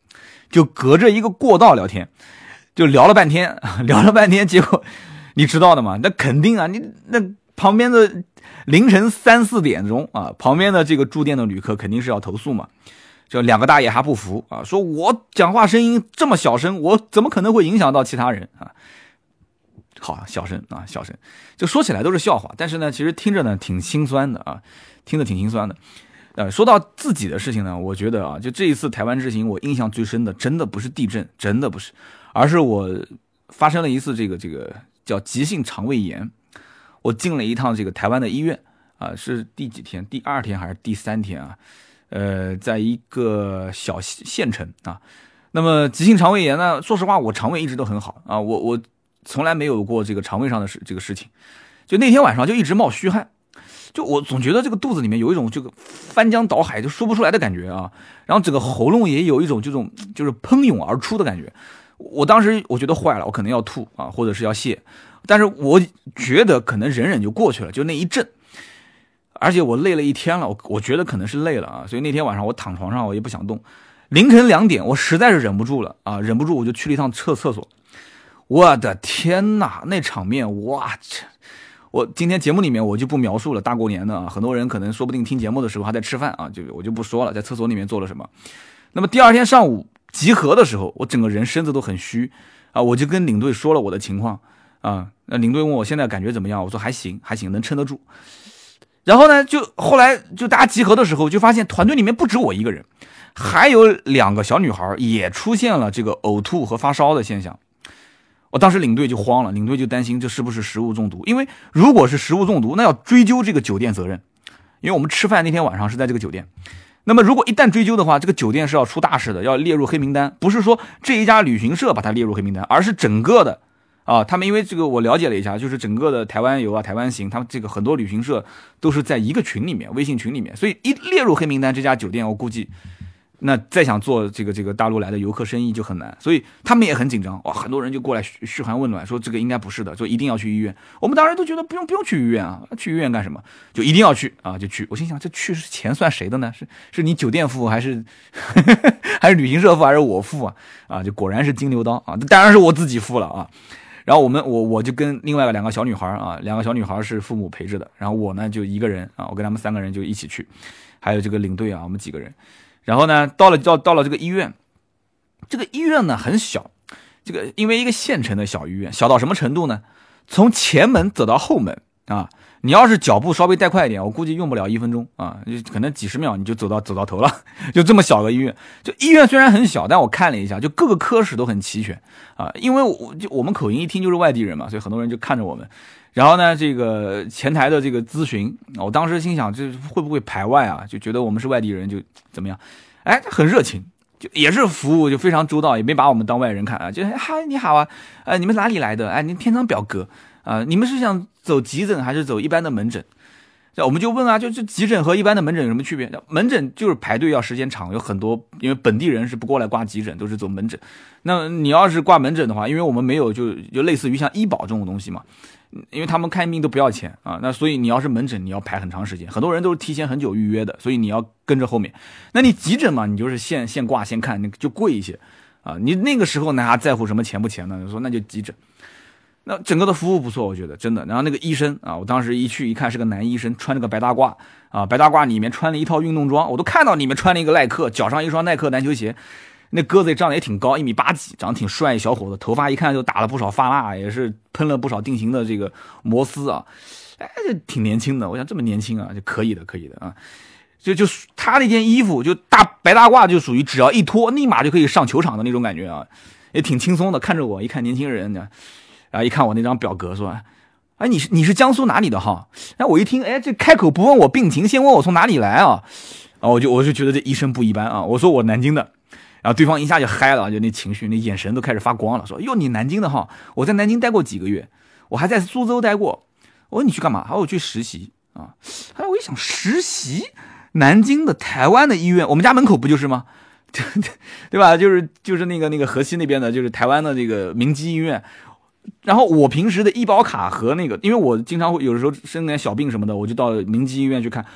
就隔着一个过道聊天，就聊了半天，聊了半天，结果你知道的嘛，那肯定啊，你那旁边的凌晨三四点钟啊，旁边的这个住店的旅客肯定是要投诉嘛。就两个大爷还不服啊，说我讲话声音这么小声，我怎么可能会影响到其他人啊？好，小声啊，小声，就说起来都是笑话，但是呢，其实听着呢挺心酸的啊，听着挺心酸的。呃，说到自己的事情呢，我觉得啊，就这一次台湾之行，我印象最深的，真的不是地震，真的不是，而是我发生了一次这个这个叫急性肠胃炎，我进了一趟这个台湾的医院啊，是第几天？第二天还是第三天啊？呃，在一个小县城啊，那么急性肠胃炎呢？说实话，我肠胃一直都很好啊，我我从来没有过这个肠胃上的事这个事情。就那天晚上就一直冒虚汗，就我总觉得这个肚子里面有一种这个翻江倒海就说不出来的感觉啊，然后整个喉咙也有一种这种就是喷涌而出的感觉。我当时我觉得坏了，我可能要吐啊，或者是要泻，但是我觉得可能忍忍就过去了，就那一阵。而且我累了一天了，我我觉得可能是累了啊，所以那天晚上我躺床上我也不想动。凌晨两点，我实在是忍不住了啊，忍不住我就去了一趟厕厕所。我的天哪，那场面，哇，这我今天节目里面我就不描述了，大过年的啊，很多人可能说不定听节目的时候还在吃饭啊，就我就不说了，在厕所里面做了什么。那么第二天上午集合的时候，我整个人身子都很虚啊，我就跟领队说了我的情况啊，那领队问我现在感觉怎么样，我说还行还行，能撑得住。然后呢，就后来就大家集合的时候，就发现团队里面不止我一个人，还有两个小女孩也出现了这个呕吐和发烧的现象。我当时领队就慌了，领队就担心这是不是食物中毒，因为如果是食物中毒，那要追究这个酒店责任，因为我们吃饭那天晚上是在这个酒店。那么如果一旦追究的话，这个酒店是要出大事的，要列入黑名单，不是说这一家旅行社把它列入黑名单，而是整个的啊，他们因为这个我了解了一下，就是整个的台湾游啊、台湾行，他们这个很多旅行社都是在一个群里面，微信群里面，所以一列入黑名单，这家酒店我估计，那再想做这个这个大陆来的游客生意就很难，所以他们也很紧张哇，很多人就过来嘘嘘寒问暖，说这个应该不是的，说一定要去医院。我们当时都觉得不用不用去医院啊，去医院干什么？就一定要去啊，就去。我心想，这去是钱算谁的呢？是是你酒店付还是还是旅行社付还是我付啊？啊，就果然是金牛刀啊，当然是我自己付了啊。然后我们我我就跟另外两个小女孩啊，两个小女孩是父母陪着的，然后我呢就一个人啊，我跟他们三个人就一起去，还有这个领队啊，我们几个人。然后呢，到了到到了这个医院，这个医院呢很小，这个因为一个县城的小医院，小到什么程度呢？从前门走到后门啊，你要是脚步稍微带快一点，我估计用不了一分钟啊，可能几十秒你就走到走到头了，就这么小个医院。就医院虽然很小，但我看了一下，就各个科室都很齐全啊，因为我就我们口音一听就是外地人嘛，所以很多人就看着我们。然后呢，这个前台的这个咨询，我当时心想，这会不会排外啊？就觉得我们是外地人，就怎么样？哎，很热情，就也是服务就非常周到，也没把我们当外人看啊。就嗨，你好啊，呃，你们哪里来的？哎，您填张表格啊、呃，你们是想走急诊还是走一般的门诊？我们就问啊，就这急诊和一般的门诊有什么区别？门诊就是排队要时间长，有很多因为本地人是不过来挂急诊，都是走门诊。那你要是挂门诊的话，因为我们没有就就类似于像医保这种东西嘛。因为他们看病都不要钱啊，那所以你要是门诊你要排很长时间，很多人都是提前很久预约的，所以你要跟着后面。那你急诊嘛，你就是现现挂先看，那就贵一些啊。你那个时候呢还在乎什么钱不钱呢？说那就急诊。那整个的服务不错，我觉得真的。然后那个医生啊，我当时一去一看是个男医生，穿着个白大褂啊，白大褂里面穿了一套运动装，我都看到里面穿了一个耐克，脚上一双耐克篮球鞋。那个子也长得也挺高，一米八几，长得挺帅，小伙子，头发一看就打了不少发蜡，也是喷了不少定型的这个摩丝啊，哎，挺年轻的。我想这么年轻啊，就可以的，可以的啊。就就他那件衣服，就大白大褂，就属于只要一脱，立马就可以上球场的那种感觉啊，也挺轻松的。看着我，一看年轻人呢，然后一看我那张表格，说，哎，你是你是江苏哪里的哈？哎，我一听，哎，这开口不问我病情，先问我从哪里来啊？啊，我就我就觉得这医生不一般啊。我说我南京的。然后对方一下就嗨了，就那情绪，那眼神都开始发光了，说：“哟，你南京的哈？我在南京待过几个月，我还在苏州待过。我说你去干嘛？他说我去实习啊。后来我一想，实习，南京的台湾的医院，我们家门口不就是吗？对吧？就是就是那个那个河西那边的，就是台湾的这个明基医院。然后我平时的医保卡和那个，因为我经常会有的时候生点小病什么的，我就到明基医院去看。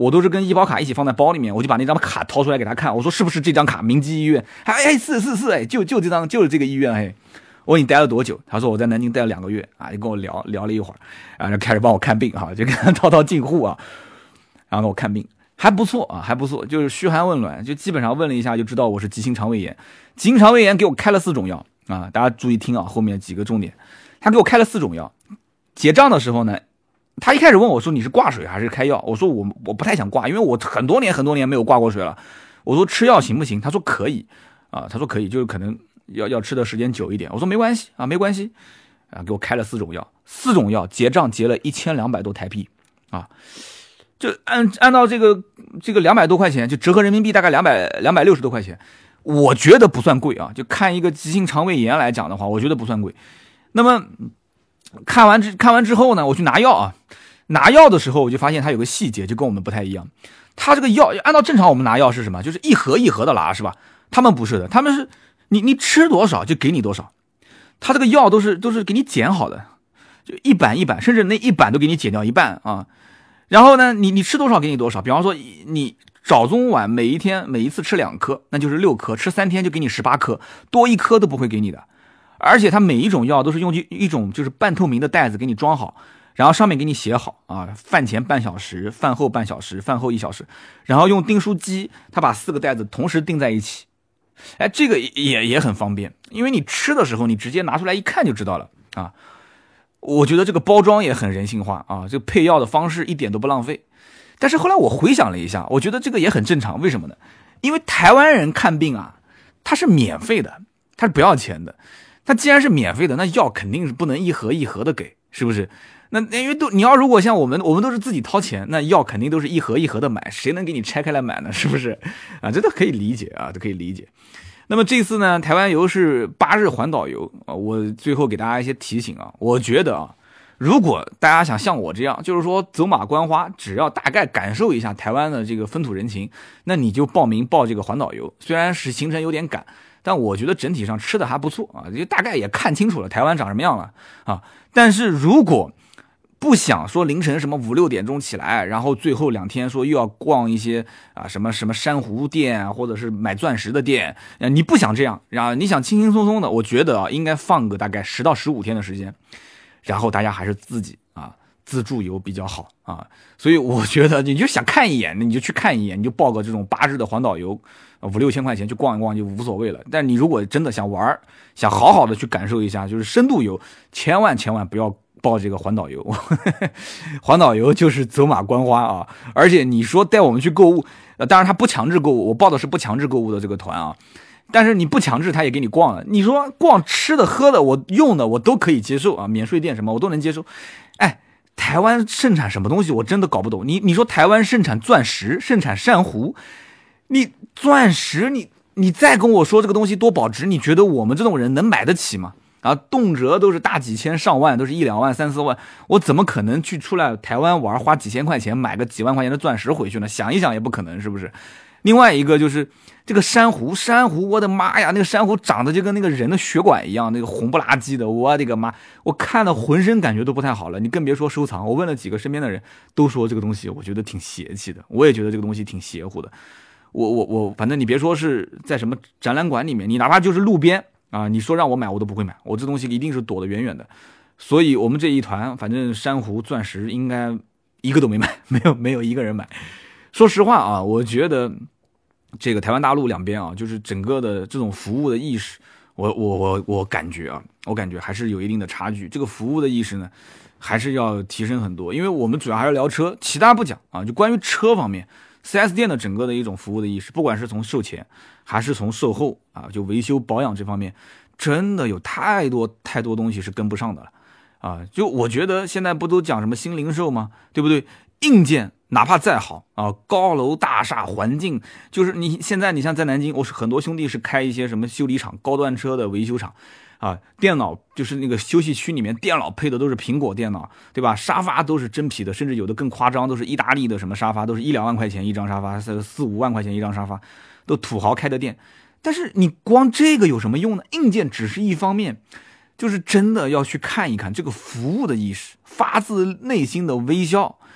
我都是跟医保卡一起放在包里面，我就把那张卡掏出来给他看，我说是不是这张卡？明基医院，哎哎是是是，哎就就这张就是这个医院，哎，我说你待了多久？他说我在南京待了两个月啊，就跟我聊聊了一会儿，然后就开始帮我看病哈，就跟他套套近乎啊，然后给我看病还不错啊，还不错，就是嘘寒问暖，就基本上问了一下就知道我是急性肠胃炎，急性肠胃炎给我开了四种药啊，大家注意听啊，后面几个重点，他给我开了四种药，结账的时候呢。他一开始问我说你是挂水还是开药，我说我我不太想挂，因为我很多年很多年没有挂过水了。我说吃药行不行？他说可以啊，他说可以，就是可能要要吃的时间久一点。我说没关系啊，没关系啊，给我开了四种药，四种药结账结了一千两百多台币啊，就按按照这个这个两百多块钱，就折合人民币大概两百两百六十多块钱，我觉得不算贵啊。就看一个急性肠胃炎来讲的话，我觉得不算贵。那么看完之看完之后呢，我去拿药啊。拿药的时候我就发现它有个细节就跟我们不太一样，它这个药按照正常我们拿药是什么，就是一盒一盒的拿是吧，他们不是的，他们是你你吃多少就给你多少，他这个药都是都是给你减好的，就一板一板，甚至那一板都给你减掉一半啊。然后呢你你吃多少给你多少，比方说你早中晚每一天每一次吃两颗，那就是六颗，吃三天就给你十八颗，多一颗都不会给你的。而且它每一种药都是用一种就是半透明的袋子给你装好，然后上面给你写好啊，饭前半小时，饭后半小时，饭后一小时，然后用订书机，它把四个袋子同时订在一起。哎，这个也也很方便，因为你吃的时候你直接拿出来一看就知道了啊。我觉得这个包装也很人性化啊，这个配药的方式一点都不浪费。但是后来我回想了一下，我觉得这个也很正常，为什么呢？因为台湾人看病啊，它是免费的，它是不要钱的。它既然是免费的，那药肯定是不能一盒一盒的给，是不是？那因为都你要如果像我们，我们都是自己掏钱，那药肯定都是一盒一盒的买，谁能给你拆开来买呢？是不是？啊，这都可以理解啊，都可以理解。那么这次呢，台湾游是八日环岛游啊，我最后给大家一些提醒啊，我觉得啊，如果大家想像我这样，就是说走马观花，只要大概感受一下台湾的这个风土人情，那你就报名报这个环岛游，虽然是行程有点赶。但我觉得整体上吃的还不错啊，就大概也看清楚了台湾长什么样了啊。但是如果不想说凌晨什么五六点钟起来，然后最后两天说又要逛一些啊什么什么珊瑚店啊，或者是买钻石的店，你不想这样，然后你想轻轻松松的，我觉得啊应该放个大概十到十五天的时间，然后大家还是自己啊自助游比较好啊。所以我觉得你就想看一眼，你就去看一眼，你就报个这种八日的环岛游。五六千块钱去逛一逛就无所谓了，但你如果真的想玩，想好好的去感受一下，就是深度游，千万千万不要报这个环岛游。环岛游就是走马观花啊，而且你说带我们去购物，呃，当然他不强制购物，我报的是不强制购物的这个团啊，但是你不强制他也给你逛了。你说逛吃的喝的我用的我都可以接受啊，免税店什么我都能接受。哎，台湾盛产什么东西我真的搞不懂。你你说台湾盛产钻石，盛产珊瑚。你钻石你你再跟我说这个东西多保值，你觉得我们这种人能买得起吗？啊，动辄都是大几千上万，都是一两万三四万，我怎么可能去出来台湾玩，花几千块钱买个几万块钱的钻石回去呢？想一想也不可能，是不是？另外一个就是这个珊瑚，珊瑚我的妈呀，那个珊瑚长得就跟那个人的血管一样，那个红不拉几的，我的个妈，我看了浑身感觉都不太好了，你更别说收藏。我问了几个身边的人，都说这个东西我觉得挺邪气的，我也觉得这个东西挺邪乎的。我我我，反正你别说是在什么展览馆里面，你哪怕就是路边啊，你说让我买我都不会买，我这东西一定是躲得远远的。所以我们这一团，反正珊瑚、钻石应该一个都没买，没有没有一个人买。说实话啊，我觉得这个台湾大陆两边啊，就是整个的这种服务的意识，我我我我感觉啊，我感觉还是有一定的差距。这个服务的意识呢，还是要提升很多，因为我们主要还是聊车，其他不讲啊，就关于车方面。四 S 店的整个的一种服务的意识，不管是从售前还是从售后啊，就维修保养这方面，真的有太多太多东西是跟不上的了啊！就我觉得现在不都讲什么新零售吗？对不对？硬件哪怕再好啊，高楼大厦环境，就是你现在你像在南京，我是很多兄弟是开一些什么修理厂、高端车的维修厂。啊，电脑就是那个休息区里面，电脑配的都是苹果电脑，对吧？沙发都是真皮的，甚至有的更夸张，都是意大利的什么沙发，都是一两万块钱一张沙发，四五万块钱一张沙发，都土豪开的店。但是你光这个有什么用呢？硬件只是一方面，就是真的要去看一看这个服务的意识，发自内心的微笑。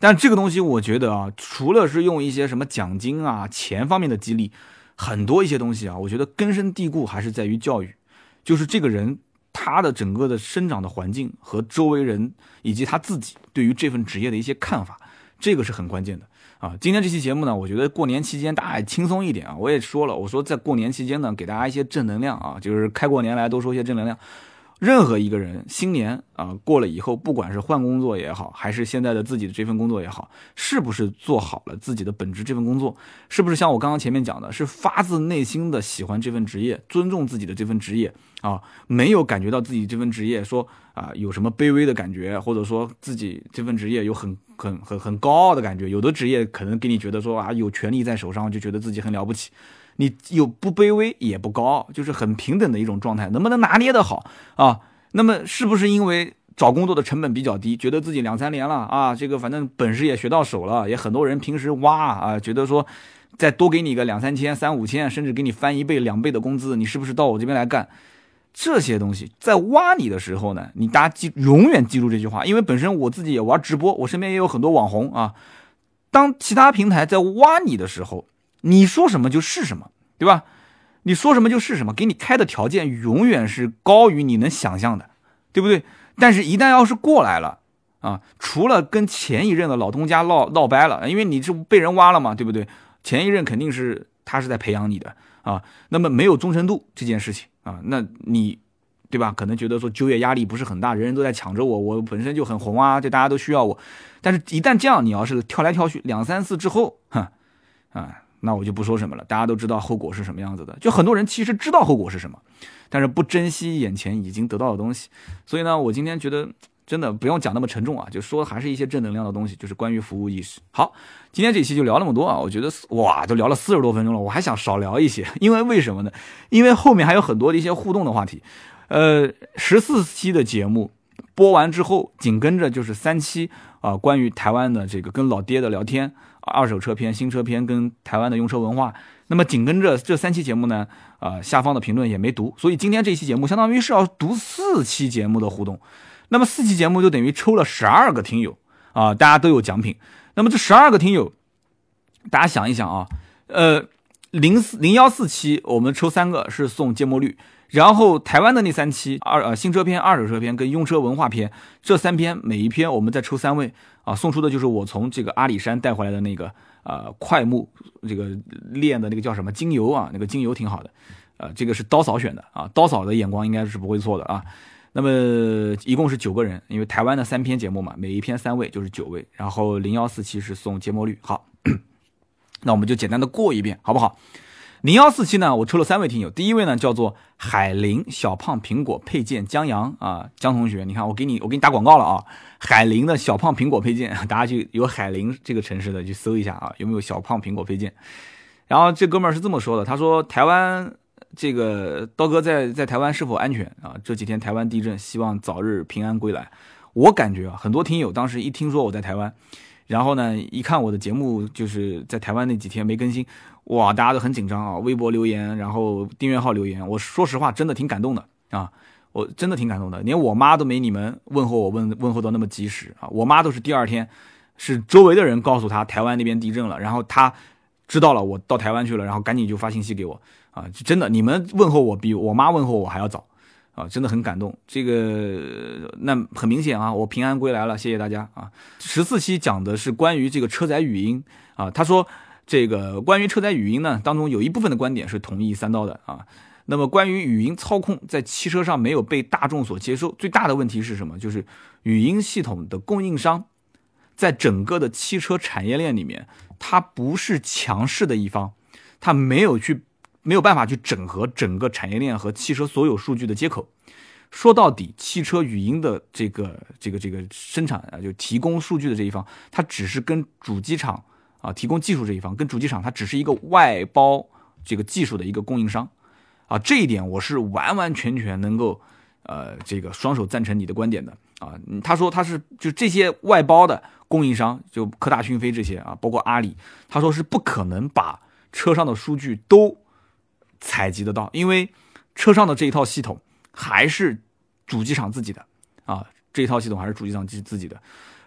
但这个东西我觉得啊，除了是用一些什么奖金啊、钱方面的激励，很多一些东西啊，我觉得根深蒂固还是在于教育，就是这个人他的整个的生长的环境和周围人以及他自己对于这份职业的一些看法，这个是很关键的啊。今天这期节目呢，我觉得过年期间大家也轻松一点啊，我也说了，我说在过年期间呢，给大家一些正能量啊，就是开过年来多说一些正能量。任何一个人新年啊过了以后，不管是换工作也好，还是现在的自己的这份工作也好，是不是做好了自己的本职这份工作，是不是像我刚刚前面讲的，是发自内心的喜欢这份职业，尊重自己的这份职业啊，没有感觉到自己这份职业说啊有什么卑微的感觉，或者说自己这份职业有很很很很高傲的感觉。有的职业可能给你觉得说啊有权利在手上，就觉得自己很了不起。你有不卑微也不高傲，就是很平等的一种状态，能不能拿捏得好啊？那么是不是因为找工作的成本比较低，觉得自己两三年了啊，这个反正本事也学到手了，也很多人平时挖啊，觉得说再多给你个两三千、三五千，甚至给你翻一倍、两倍的工资，你是不是到我这边来干？这些东西在挖你的时候呢，你大家记永远记住这句话，因为本身我自己也玩直播，我身边也有很多网红啊。当其他平台在挖你的时候，你说什么就是什么，对吧？你说什么就是什么，给你开的条件永远是高于你能想象的，对不对？但是一旦要是过来了啊，除了跟前一任的老东家闹闹掰了，因为你是被人挖了嘛，对不对？前一任肯定是他是在培养你的啊，那么没有忠诚度这件事情啊，那你对吧？可能觉得说就业压力不是很大，人人都在抢着我，我本身就很红啊，对，大家都需要我。但是一旦这样，你要是跳来跳去两三次之后，哼啊。那我就不说什么了，大家都知道后果是什么样子的。就很多人其实知道后果是什么，但是不珍惜眼前已经得到的东西。所以呢，我今天觉得真的不用讲那么沉重啊，就说还是一些正能量的东西，就是关于服务意识。好，今天这一期就聊那么多啊，我觉得哇，都聊了四十多分钟了，我还想少聊一些，因为为什么呢？因为后面还有很多的一些互动的话题。呃，十四期的节目播完之后，紧跟着就是三期啊、呃，关于台湾的这个跟老爹的聊天。二手车篇、新车篇跟台湾的用车文化，那么紧跟着这三期节目呢，呃，下方的评论也没读，所以今天这期节目相当于是要读四期节目的互动，那么四期节目就等于抽了十二个听友啊、呃，大家都有奖品。那么这十二个听友，大家想一想啊，呃，零四零幺四期我们抽三个是送芥末绿。然后台湾的那三期二呃新车篇、二手车篇跟用车文化篇这三篇，每一篇我们再抽三位啊，送出的就是我从这个阿里山带回来的那个呃快木这个炼的那个叫什么精油啊，那个精油挺好的，呃这个是刀嫂选的啊，刀嫂的眼光应该是不会错的啊。那么一共是九个人，因为台湾的三篇节目嘛，每一篇三位就是九位，然后零幺四期是送芥末绿。好，那我们就简单的过一遍好不好？零幺四期呢，我抽了三位听友。第一位呢叫做海灵小胖苹果配件江阳啊，江同学，你看我给你我给你打广告了啊，海灵的小胖苹果配件，大家去有海灵这个城市的去搜一下啊，有没有小胖苹果配件？然后这哥们儿是这么说的，他说台湾这个刀哥在在台湾是否安全啊？这几天台湾地震，希望早日平安归来。我感觉啊，很多听友当时一听说我在台湾，然后呢一看我的节目就是在台湾那几天没更新。哇，大家都很紧张啊！微博留言，然后订阅号留言，我说实话，真的挺感动的啊！我真的挺感动的，连我妈都没你们问候我问问候到那么及时啊！我妈都是第二天，是周围的人告诉她台湾那边地震了，然后她知道了我到台湾去了，然后赶紧就发信息给我啊！真的，你们问候我比我妈问候我还要早啊！真的很感动。这个那很明显啊，我平安归来了，谢谢大家啊！十四期讲的是关于这个车载语音啊，他说。这个关于车载语音呢，当中有一部分的观点是同意三刀的啊。那么关于语音操控在汽车上没有被大众所接受，最大的问题是什么？就是语音系统的供应商在整个的汽车产业链里面，它不是强势的一方，它没有去没有办法去整合整个产业链和汽车所有数据的接口。说到底，汽车语音的这个这个这个生产啊，就提供数据的这一方，它只是跟主机厂。啊，提供技术这一方跟主机厂，它只是一个外包这个技术的一个供应商，啊，这一点我是完完全全能够，呃，这个双手赞成你的观点的啊。他说他是就这些外包的供应商，就科大讯飞这些啊，包括阿里，他说是不可能把车上的数据都采集得到，因为车上的这一套系统还是主机厂自己的啊，这一套系统还是主机厂自己的。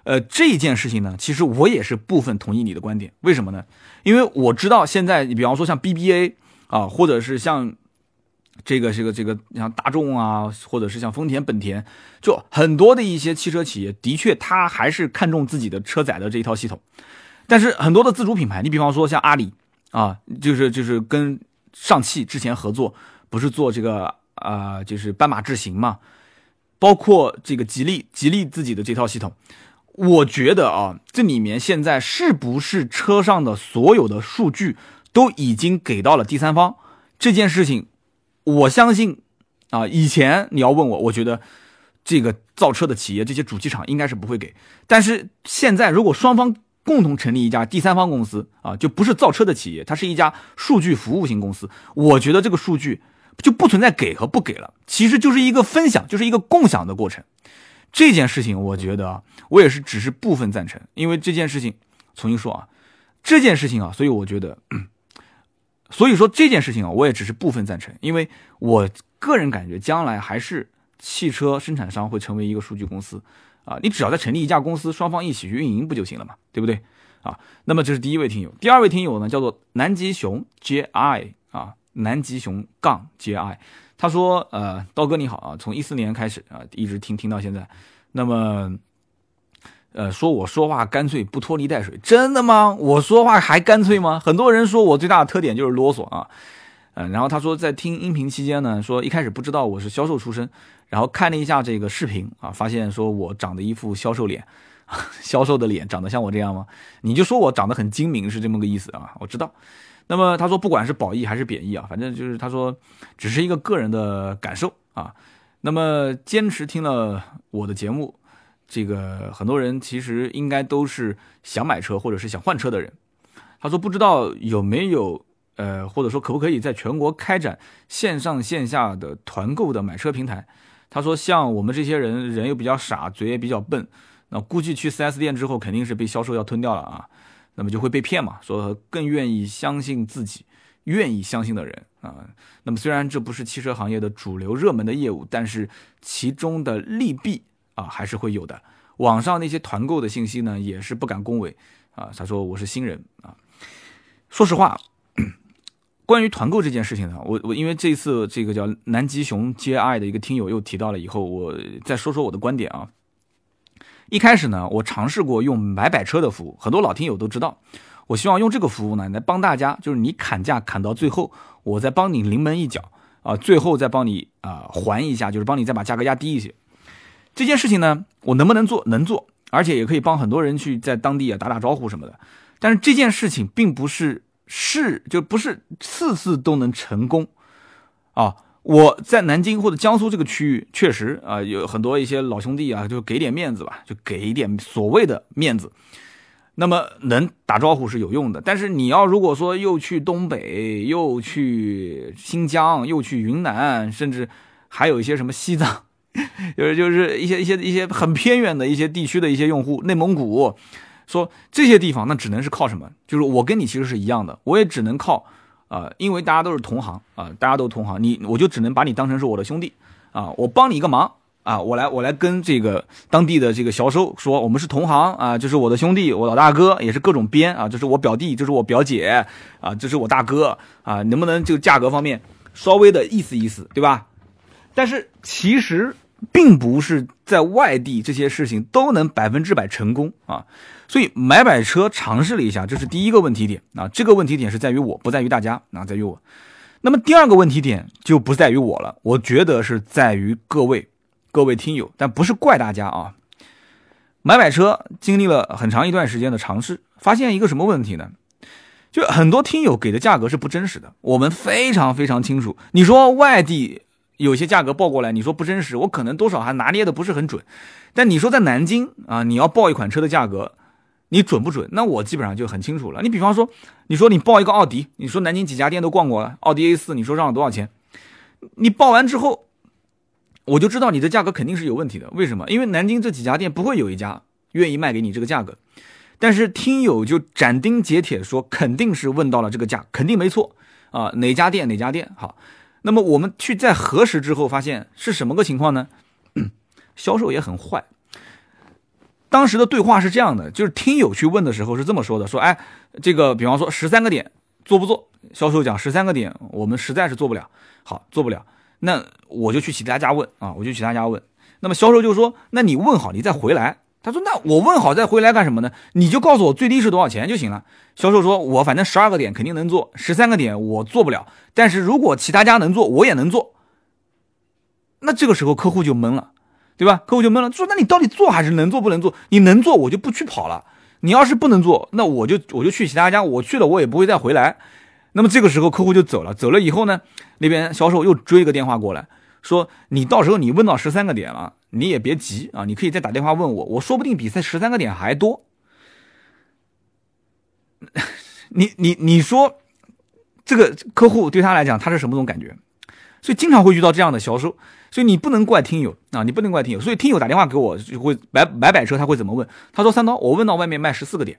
呃，这件事情呢，其实我也是部分同意你的观点。为什么呢？因为我知道现在，你比方说像 B B A 啊，或者是像这个这个这个像大众啊，或者是像丰田、本田，就很多的一些汽车企业，的确它还是看重自己的车载的这一套系统。但是很多的自主品牌，你比方说像阿里啊，就是就是跟上汽之前合作，不是做这个啊、呃，就是斑马智行嘛，包括这个吉利，吉利自己的这套系统。我觉得啊，这里面现在是不是车上的所有的数据都已经给到了第三方？这件事情，我相信啊，以前你要问我，我觉得这个造车的企业这些主机厂应该是不会给。但是现在如果双方共同成立一家第三方公司啊，就不是造车的企业，它是一家数据服务型公司，我觉得这个数据就不存在给和不给了，其实就是一个分享，就是一个共享的过程。这件事情我觉得啊，我也是只是部分赞成，因为这件事情重新说啊，这件事情啊，所以我觉得，所以说这件事情啊，我也只是部分赞成，因为我个人感觉将来还是汽车生产商会成为一个数据公司啊，你只要再成立一家公司，双方一起去运营不就行了嘛，对不对啊？那么这是第一位听友，第二位听友呢叫做南极熊 J I 啊，南极熊杠 J I。他说：“呃，刀哥你好啊，从一四年开始啊，一直听听到现在。那么，呃，说我说话干脆不拖泥带水，真的吗？我说话还干脆吗？很多人说我最大的特点就是啰嗦啊。嗯、呃，然后他说在听音频期间呢，说一开始不知道我是销售出身，然后看了一下这个视频啊，发现说我长得一副销售脸，销售的脸长得像我这样吗？你就说我长得很精明是这么个意思啊，我知道。”那么他说不管是褒义还是贬义啊，反正就是他说只是一个个人的感受啊。那么坚持听了我的节目，这个很多人其实应该都是想买车或者是想换车的人。他说不知道有没有呃或者说可不可以在全国开展线上线下的团购的买车平台。他说像我们这些人人又比较傻，嘴也比较笨，那估计去 四 S 店之后肯定是被销售要吞掉了啊。那么就会被骗嘛，说更愿意相信自己愿意相信的人啊。那么虽然这不是汽车行业的主流热门的业务，但是其中的利弊啊还是会有的。网上那些团购的信息呢，也是不敢恭维啊。他说我是新人啊。说实话，关于团购这件事情呢，我我因为这次这个叫南极熊 J I 的一个听友又提到了以后，我再说说我的观点啊。一开始呢，我尝试过用买百车的服务，很多老听友都知道。我希望用这个服务呢，来帮大家，就是你砍价砍到最后，我再帮你临门一脚啊，最后再帮你啊还一下，就是帮你再把价格压低一些。这件事情呢，我能不能做？能做，而且也可以帮很多人去在当地啊打打招呼什么的。但是这件事情并不是是就不是次次都能成功啊。我在南京或者江苏这个区域，确实啊、呃、有很多一些老兄弟啊，就给点面子吧，就给一点所谓的面子。那么能打招呼是有用的，但是你要如果说又去东北，又去新疆，又去云南，甚至还有一些什么西藏，就是就是一些一些一些很偏远的一些地区的一些用户，内蒙古，说这些地方那只能是靠什么？就是我跟你其实是一样的，我也只能靠。啊、呃，因为大家都是同行啊、呃，大家都同行，你我就只能把你当成是我的兄弟啊，我帮你一个忙啊，我来我来跟这个当地的这个销售说，我们是同行啊，这是我的兄弟，我老大哥，也是各种编啊，这是我表弟，这是我表姐啊，这是我大哥啊，能不能这个价格方面稍微的意思意思，对吧？但是其实并不是在外地这些事情都能百分之百成功啊。所以买买车尝试了一下，这是第一个问题点啊。这个问题点是在于我，不在于大家啊，在于我。那么第二个问题点就不在于我了，我觉得是在于各位各位听友，但不是怪大家啊。买买车经历了很长一段时间的尝试，发现一个什么问题呢？就很多听友给的价格是不真实的，我们非常非常清楚。你说外地有些价格报过来，你说不真实，我可能多少还拿捏的不是很准。但你说在南京啊，你要报一款车的价格，你准不准？那我基本上就很清楚了。你比方说，你说你报一个奥迪，你说南京几家店都逛过了，奥迪 A 四，你说让了多少钱？你报完之后，我就知道你的价格肯定是有问题的。为什么？因为南京这几家店不会有一家愿意卖给你这个价格。但是听友就斩钉截铁说，肯定是问到了这个价，肯定没错啊，哪家店哪家店好。那么我们去在核实之后，发现是什么个情况呢？销售也很坏。 当时的对话是这样的，就是听友去问的时候是这么说的，说哎，这个比方说十三个点做不做？销售讲十三个点我们实在是做不了，好做不了，那我就去其他家问啊，我就去其他家问。那么销售就说，那你问好你再回来。他说那我问好再回来干什么呢？你就告诉我最低是多少钱就行了。销售说，我反正十二个点肯定能做，十三个点我做不了，但是如果其他家能做我也能做。那这个时候客户就懵了，对吧？客户就懵了，说那你到底做还是能做不能做？你能做我就不去跑了，你要是不能做，那我就我就去其他家，我去了我也不会再回来。那么这个时候客户就走了，走了以后呢，那边销售又追一个电话过来，说你到时候你问到十三个点了，你也别急啊，你可以再打电话问我，我说不定比赛十三个点还多。你你你说这个客户对他来讲他是什么种感觉？所以经常会遇到这样的销售，所以你不能怪听友啊，你不能怪听友。所以听友打电话给我就会买买摆车，他会怎么问？他说三刀，我问到外面卖十四个点。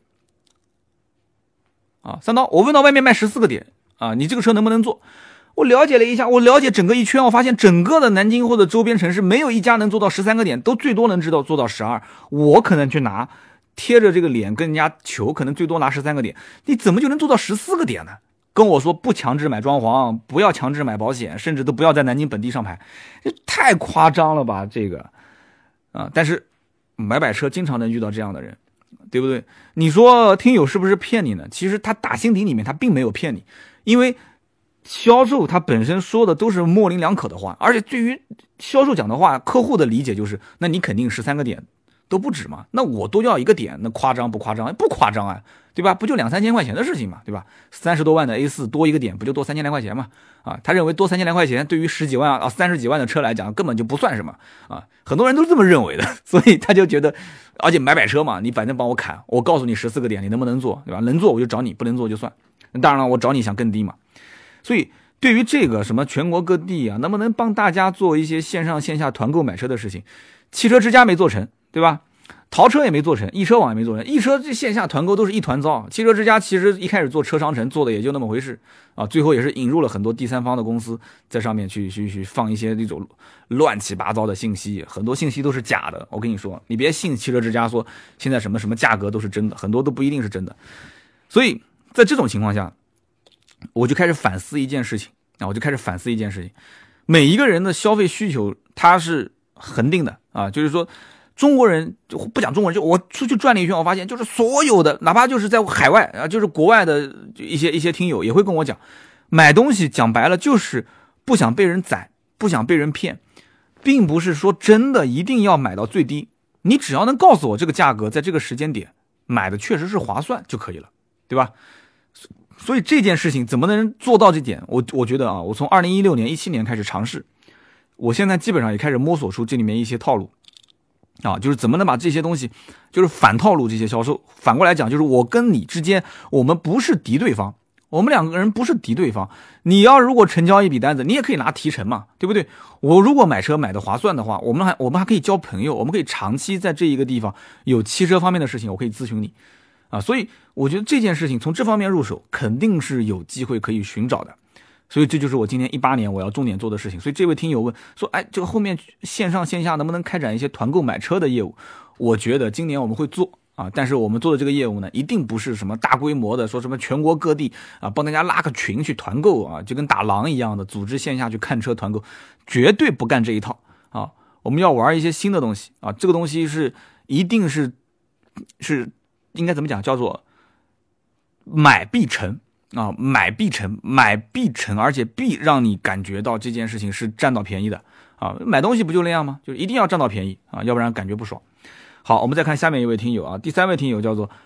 啊，三刀，我问到外面卖十四个点啊，你这个车能不能做？我了解了一下，我了解整个一圈，我发现整个的南京或者周边城市没有一家能做到十三个点，都最多能知道做到十二。我可能去拿贴着这个脸跟人家求，可能最多拿十三个点，你怎么就能做到十四个点呢？跟我说不强制买装潢，不要强制买保险，甚至都不要在南京本地上牌，这太夸张了吧？这个啊，但是买摆车经常能遇到这样的人。对不对？你说听友是不是骗你呢？其实他打心底里面他并没有骗你，因为销售他本身说的都是模棱两可的话，而且对于销售讲的话，客户的理解就是，那你肯定十三个点都不止嘛，那我多要一个点，那夸张不夸张？不夸张啊，对吧？不就两三千块钱的事情嘛，对吧？三十多万的 A 四 多一个点，不就多三千来块钱嘛？啊，他认为多三千来块钱对于十几万啊三十几万的车来讲根本就不算什么啊，很多人都是这么认为的，所以他就觉得，而且买摆车嘛，你反正帮我砍，我告诉你十四个点，你能不能做，对吧？能做我就找你，不能做就算。当然了，我找你想更低嘛。所以对于这个什么全国各地啊，能不能帮大家做一些线上线下团购买车的事情，汽车之家没做成，对吧？淘车也没做成，易车网也没做成，易车这线下团购都是一团糟。汽车之家其实一开始做车商城做的也就那么回事啊，最后也是引入了很多第三方的公司在上面去去去放一些那种乱七八糟的信息，很多信息都是假的。我跟你说，你别信汽车之家说现在什么什么价格都是真的，很多都不一定是真的。所以在这种情况下，我就开始反思一件事情啊，我就开始反思一件事情，每一个人的消费需求它是恒定的啊，就是说。中国人就不讲中国人，就我出去转了一圈，我发现就是所有的，哪怕就是在海外啊，就是国外的一些一些听友也会跟我讲，买东西讲白了就是不想被人宰，不想被人骗，并不是说真的一定要买到最低，你只要能告诉我这个价格在这个时间点买的确实是划算就可以了，对吧？所以这件事情怎么能做到这点？我我觉得啊，我从二零一六年、一七年开始尝试，我现在基本上也开始摸索出这里面一些套路。啊，就是怎么能把这些东西，就是反套路这些销售。反过来讲，就是我跟你之间，我们不是敌对方，我们两个人不是敌对方。你要如果成交一笔单子，你也可以拿提成嘛，对不对？我如果买车买的划算的话，我们还我们还可以交朋友，我们可以长期在这一个地方有汽车方面的事情，我可以咨询你啊。所以我觉得这件事情从这方面入手，肯定是有机会可以寻找的。所以这就是我今年一八年我要重点做的事情。所以这位听友问说，哎，这个后面线上线下能不能开展一些团购买车的业务？我觉得今年我们会做啊，但是我们做的这个业务呢，一定不是什么大规模的，说什么全国各地啊帮大家拉个群去团购啊，就跟打狼一样的组织线下去看车团购，绝对不干这一套啊。我们要玩一些新的东西啊，这个东西是一定是是应该怎么讲，叫做买必成。啊，买必成，买必成，而且必让你感觉到这件事情是占到便宜的啊！买东西不就那样吗？就是一定要占到便宜啊，要不然感觉不爽。好，我们再看下面一位听友啊，第三位听友叫做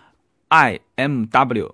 I M W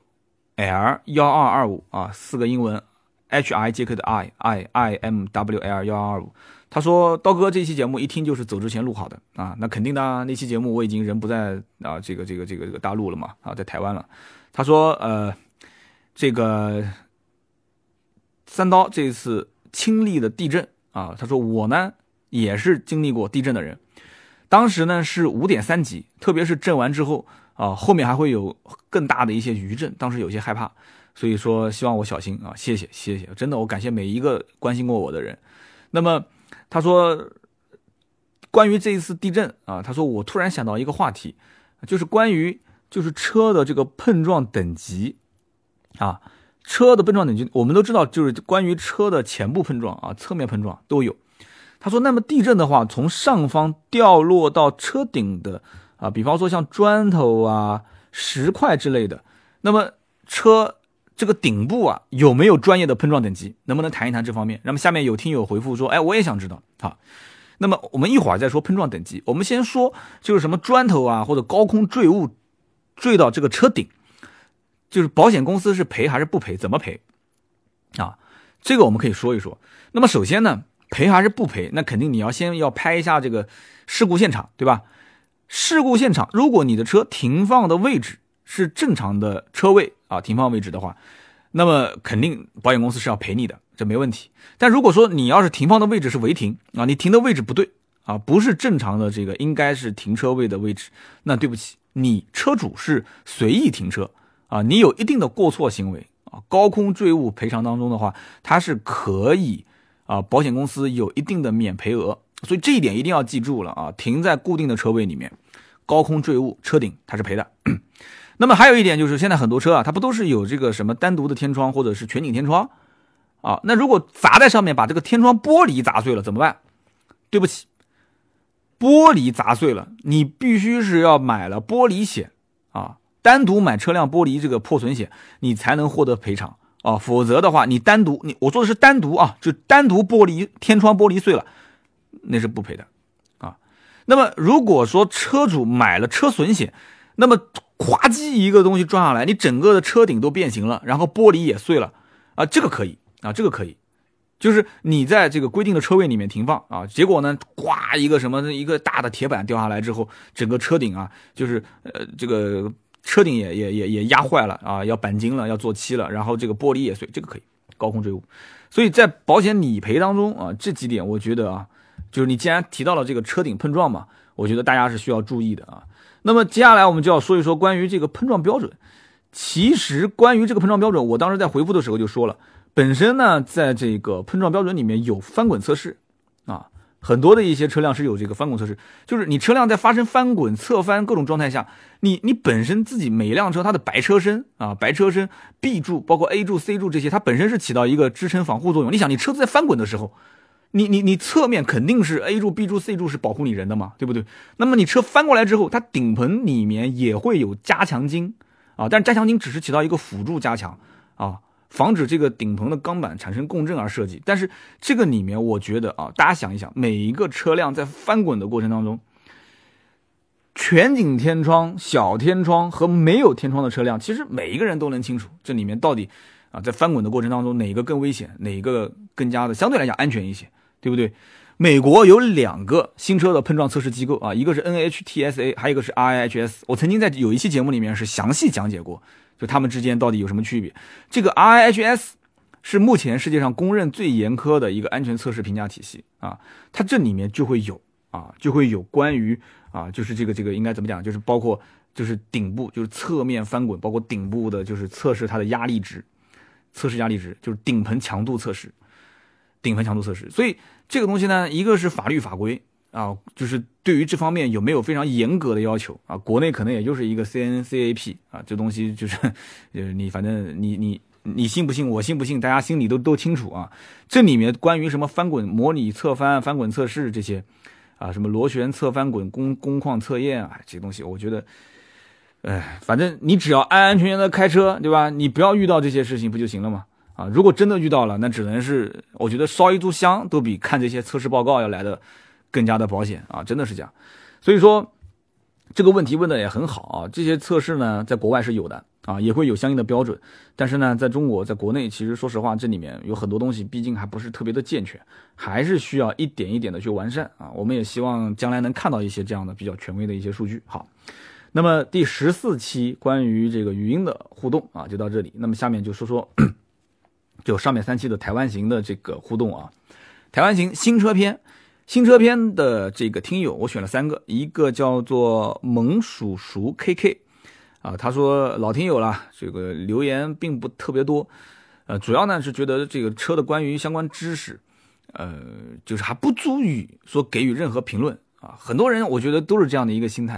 L 一二二五啊，四个英文 H I J K 的 I I I M W L 一二二五。他说刀哥这期节目一听就是走之前录好的啊，那肯定的啊，那期节目我已经人不在啊这个这个这个这个大陆了嘛啊，在台湾了。他说呃。这个三刀这次亲历的地震啊，他说我呢也是经历过地震的人，当时呢是五点三级，特别是震完之后啊，后面还会有更大的一些余震，当时有些害怕，所以说希望我小心啊，谢谢谢谢，真的我感谢每一个关心过我的人。那么他说关于这一次地震啊，他说我突然想到一个话题， 就是关于就是车的这个碰撞等级啊，车的碰撞等级我们都知道，就是关于车的前部碰撞啊、侧面碰撞都有。他说，那么地震的话，从上方掉落到车顶的啊，比方说像砖头啊、石块之类的，那么车这个顶部啊有没有专业的碰撞等级？能不能谈一谈这方面？那么下面有听友回复说，哎，我也想知道。好，那么我们一会儿再说碰撞等级，我们先说就是什么砖头啊或者高空坠物坠到这个车顶，就是保险公司是赔还是不赔？怎么赔？啊，这个我们可以说一说。那么首先呢，赔还是不赔？那肯定你要先要拍一下这个事故现场，对吧？事故现场，如果你的车停放的位置是正常的车位啊，停放位置的话，那么肯定保险公司是要赔你的，这没问题。但如果说你要是停放的位置是违停啊，你停的位置不对啊，不是正常的这个应该是停车位的位置，那对不起，你车主是随意停车啊，你有一定的过错行为啊，高空坠物赔偿当中的话，它是可以啊，保险公司有一定的免赔额，所以这一点一定要记住了啊，停在固定的车位里面，高空坠物车顶它是赔的。那么还有一点就是，现在很多车啊，它不都是有这个什么单独的天窗或者是全景天窗啊？那如果砸在上面，把这个天窗玻璃砸碎了怎么办？对不起，玻璃砸碎了，你必须是要买了玻璃险啊，单独买车辆玻璃这个破损险，你才能获得赔偿啊，否则的话，你单独你我说的是单独啊，就单独玻璃天窗玻璃碎了，那是不赔的啊。那么如果说车主买了车损险，那么咵叽一个东西撞上来，你整个的车顶都变形了，然后玻璃也碎了啊，这个可以啊，这个可以，就是你在这个规定的车位里面停放啊，结果呢，咵一个什么一个大的铁板掉下来之后，整个车顶啊，就是呃这个车顶也也也也压坏了啊，要钣金了，要做漆了，然后这个玻璃也碎，这个可以高空坠物。所以在保险理赔当中啊，这几点我觉得啊，就是你既然提到了这个车顶碰撞嘛，我觉得大家是需要注意的啊。那么接下来我们就要说一说关于这个碰撞标准。其实关于这个碰撞标准，我当时在回复的时候就说了，本身呢在这个碰撞标准里面有翻滚测试啊，很多的一些车辆是有这个翻滚测试，就是你车辆在发生翻滚、侧翻各种状态下，你你本身自己每一辆车它的白车身啊、白车身、B 柱包括 A 柱、C 柱这些，它本身是起到一个支撑防护作用。你想，你车子在翻滚的时候，你你你侧面肯定是 A 柱 B 柱 C 柱是保护你人的嘛，对不对？那么你车翻过来之后，它顶棚里面也会有加强筋啊，但是加强筋只是起到一个辅助加强啊，防止这个顶棚的钢板产生共振而设计。但是这个里面我觉得啊，大家想一想，每一个车辆在翻滚的过程当中，全景天窗、小天窗和没有天窗的车辆，其实每一个人都能清楚这里面到底啊在翻滚的过程当中哪个更危险，哪个更加的相对来讲安全一些。对不对？美国有两个新车的碰撞测试机构啊，一个是 N H T S A， 还有一个是 R I H S。我曾经在有一期节目里面是详细讲解过，就他们之间到底有什么区别。这个 R I H S 是目前世界上公认最严苛的一个安全测试评价体系啊，它这里面就会有啊，就会有关于啊，就是这个这个应该怎么讲，就是包括就是顶部就是侧面翻滚，包括顶部的就是测试它的压力值，测试压力值就是顶棚强度测试。顶棚强度测试，所以这个东西呢，一个是法律法规啊，就是对于这方面有没有非常严格的要求啊？国内可能也就是一个 C N C A P 啊，这东西就是，就是你反正你你你信不信，我信不信，大家心里都都清楚啊。这里面关于什么翻滚模拟侧翻、翻滚测试这些啊，什么螺旋侧翻滚工工况测验啊，这些东西，我觉得，哎，反正你只要安安全全的开车，对吧？你不要遇到这些事情不就行了吗？啊，如果真的遇到了，那只能是我觉得烧一炷香都比看这些测试报告要来的更加的保险啊，真的是这样。所以说这个问题问的也很好啊，这些测试呢在国外是有的啊，也会有相应的标准，但是呢在中国在国内其实说实话这里面有很多东西毕竟还不是特别的健全，还是需要一点一点的去完善啊。我们也希望将来能看到一些这样的比较权威的一些数据。好，那么第十四期关于这个语音的互动啊就到这里，那么下面就说说就上面三期的台湾行的这个互动啊，台湾行新车篇，新车篇的这个听友我选了三个，一个叫做萌叔叔 K K 啊，他说老听友啦，这个留言并不特别多，呃，主要呢是觉得这个车的关于相关知识，呃，就是还不足以说给予任何评论啊，很多人我觉得都是这样的一个心态，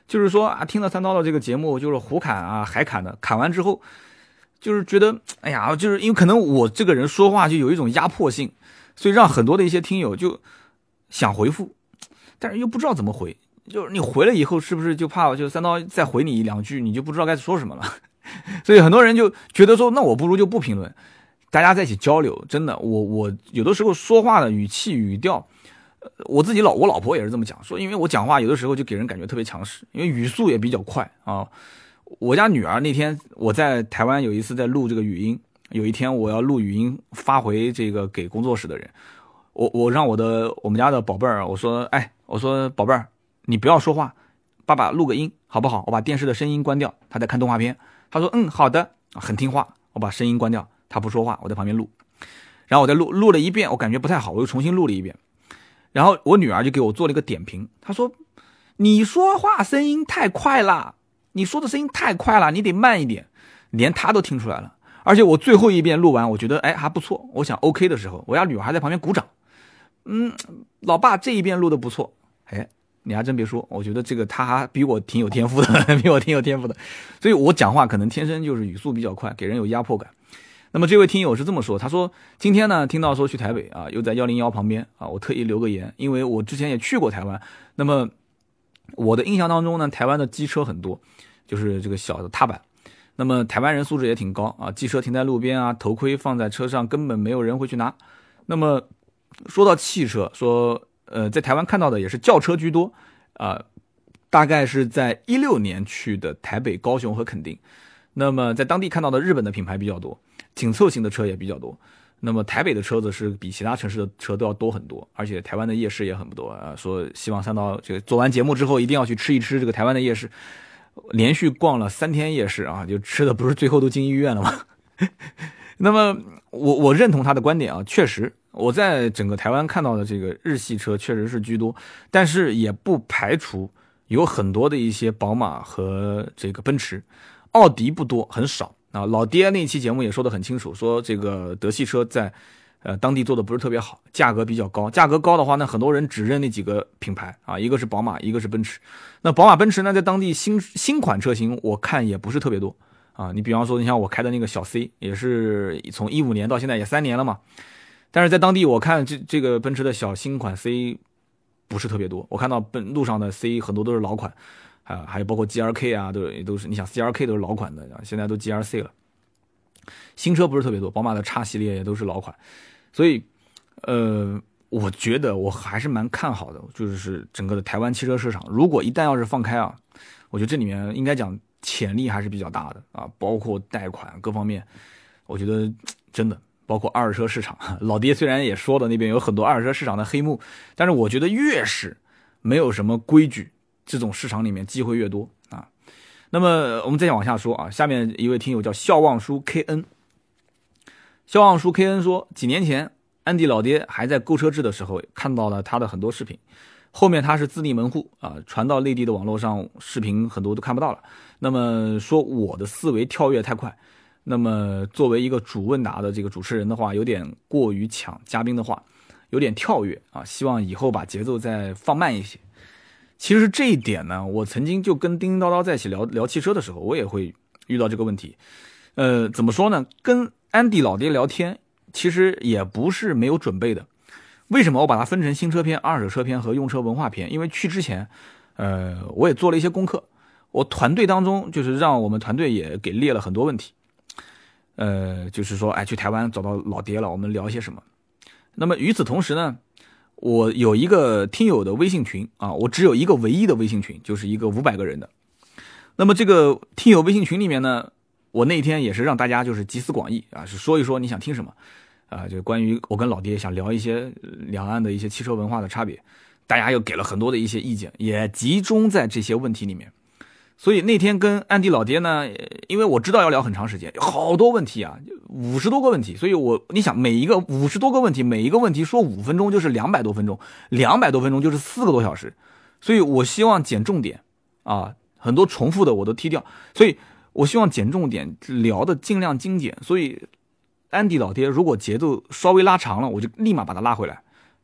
就是说啊，听了三刀的这个节目，就是胡侃啊、海侃的，侃完之后，就是觉得，哎呀，就是因为可能我这个人说话就有一种压迫性，所以让很多的一些听友就想回复，但是又不知道怎么回。就是你回了以后，是不是就怕就三刀再回你两句，你就不知道该说什么了？所以很多人就觉得说，那我不如就不评论，大家在一起交流。真的，我我有的时候说话的语气语调，我自己老我老婆也是这么讲，说因为我讲话有的时候就给人感觉特别强势，因为语速也比较快啊。我家女儿那天我在台湾有一次在录这个语音，有一天我要录语音发回这个给工作室的人，我我让我的我们家的宝贝儿，我说哎，我说宝贝儿，你不要说话，爸爸录个音好不好？我把电视的声音关掉，他在看动画片。他说嗯好的，很听话，我把声音关掉，他不说话，我在旁边录，然后我再录录了一遍，我感觉不太好，我又重新录了一遍。然后我女儿就给我做了一个点评，她说你说话声音太快了，你说的声音太快了，你得慢一点。连她都听出来了。而且我最后一遍录完，我觉得哎还不错，我想 OK 的时候，我家女儿还在旁边鼓掌。嗯，老爸这一遍录的不错。哎，你还真别说，我觉得这个他还比我挺有天赋的，比我挺有天赋的。所以我讲话可能天生就是语速比较快，给人有压迫感。那么这位听友是这么说，他说今天呢听到说去台北啊，又在一零一旁边啊，我特意留个言，因为我之前也去过台湾。那么我的印象当中呢，台湾的机车很多，就是这个小的踏板。那么台湾人素质也挺高啊，机车停在路边啊，头盔放在车上，根本没有人会去拿。那么说到汽车，说呃在台湾看到的也是轿车居多啊、呃，大概是在一六年去的台北、高雄和垦丁。那么在当地看到的日本的品牌比较多，紧凑型的车也比较多。那么台北的车子是比其他城市的车都要多很多，而且台湾的夜市也很多啊。说希望三刀这个做完节目之后一定要去吃一吃这个台湾的夜市。连续逛了三天夜市啊，就吃的不是最后都进医院了吗？那么我我认同他的观点啊，确实我在整个台湾看到的这个日系车确实是居多，但是也不排除有很多的一些宝马和这个奔驰，奥迪不多，很少啊。老爹那期节目也说得很清楚，说这个德系车在呃当地做的不是特别好，价格比较高，价格高的话呢，很多人只认那几个品牌啊，一个是宝马，一个是奔驰。那宝马奔驰呢，在当地新新款车型我看也不是特别多啊。你比方说，你像我开的那个小 C， 也是从一五年到现在也三年了嘛，但是在当地我看这这个奔驰的小新款 C 不是特别多，我看到奔路上的 C 很多都是老款啊，还有包括 G R K 啊，都都是你想 C R K 都是老款的，现在都 G R C 了。新车不是特别多，宝马的 X 系列也都是老款，所以呃。我觉得我还是蛮看好的，就是整个的台湾汽车市场，如果一旦要是放开啊，我觉得这里面应该讲潜力还是比较大的啊，包括贷款各方面，我觉得真的包括二手车市场。老爹虽然也说了那边有很多二手车市场的黑幕，但是我觉得越是没有什么规矩，这种市场里面机会越多啊。那么我们再往下说啊，下面一位听友叫笑望书 K N， 笑望书 K N 说，几年前安迪老爹还在购车志的时候看到了他的很多视频，后面他是自立门户啊，传到内地的网络上，视频很多都看不到了。那么说我的思维跳跃太快，那么作为一个主问答的这个主持人的话，有点过于抢嘉宾的话，有点跳跃啊，希望以后把节奏再放慢一些。其实这一点呢，我曾经就跟叮叮叨叨在一起聊聊汽车的时候，我也会遇到这个问题。呃，怎么说呢？跟安迪老爹聊天其实也不是没有准备的。为什么我把它分成新车篇、二手车篇和用车文化篇？因为去之前呃，我也做了一些功课，我团队当中就是让我们团队也给列了很多问题，呃，就是说哎，去台湾找到老爹了，我们聊些什么。那么与此同时呢，我有一个听友的微信群啊，我只有一个唯一的微信群，就是一个五百个人的。那么这个听友微信群里面呢，我那天也是让大家就是集思广益啊，是说一说你想听什么啊，就关于我跟老爹想聊一些两岸的一些汽车文化的差别，大家又给了很多的一些意见，也集中在这些问题里面。所以那天跟安迪老爹呢，因为我知道要聊很长时间，有好多问题啊，五十多个问题，所以我你想每一个五十多个问题，每一个问题说五分钟就是两百多分钟，两百多分钟就是四个多小时，所以我希望捡重点啊，很多重复的我都踢掉，所以我希望捡重点，聊的尽量精简。所以安迪老爹如果节奏稍微拉长了，我就立马把他拉回来，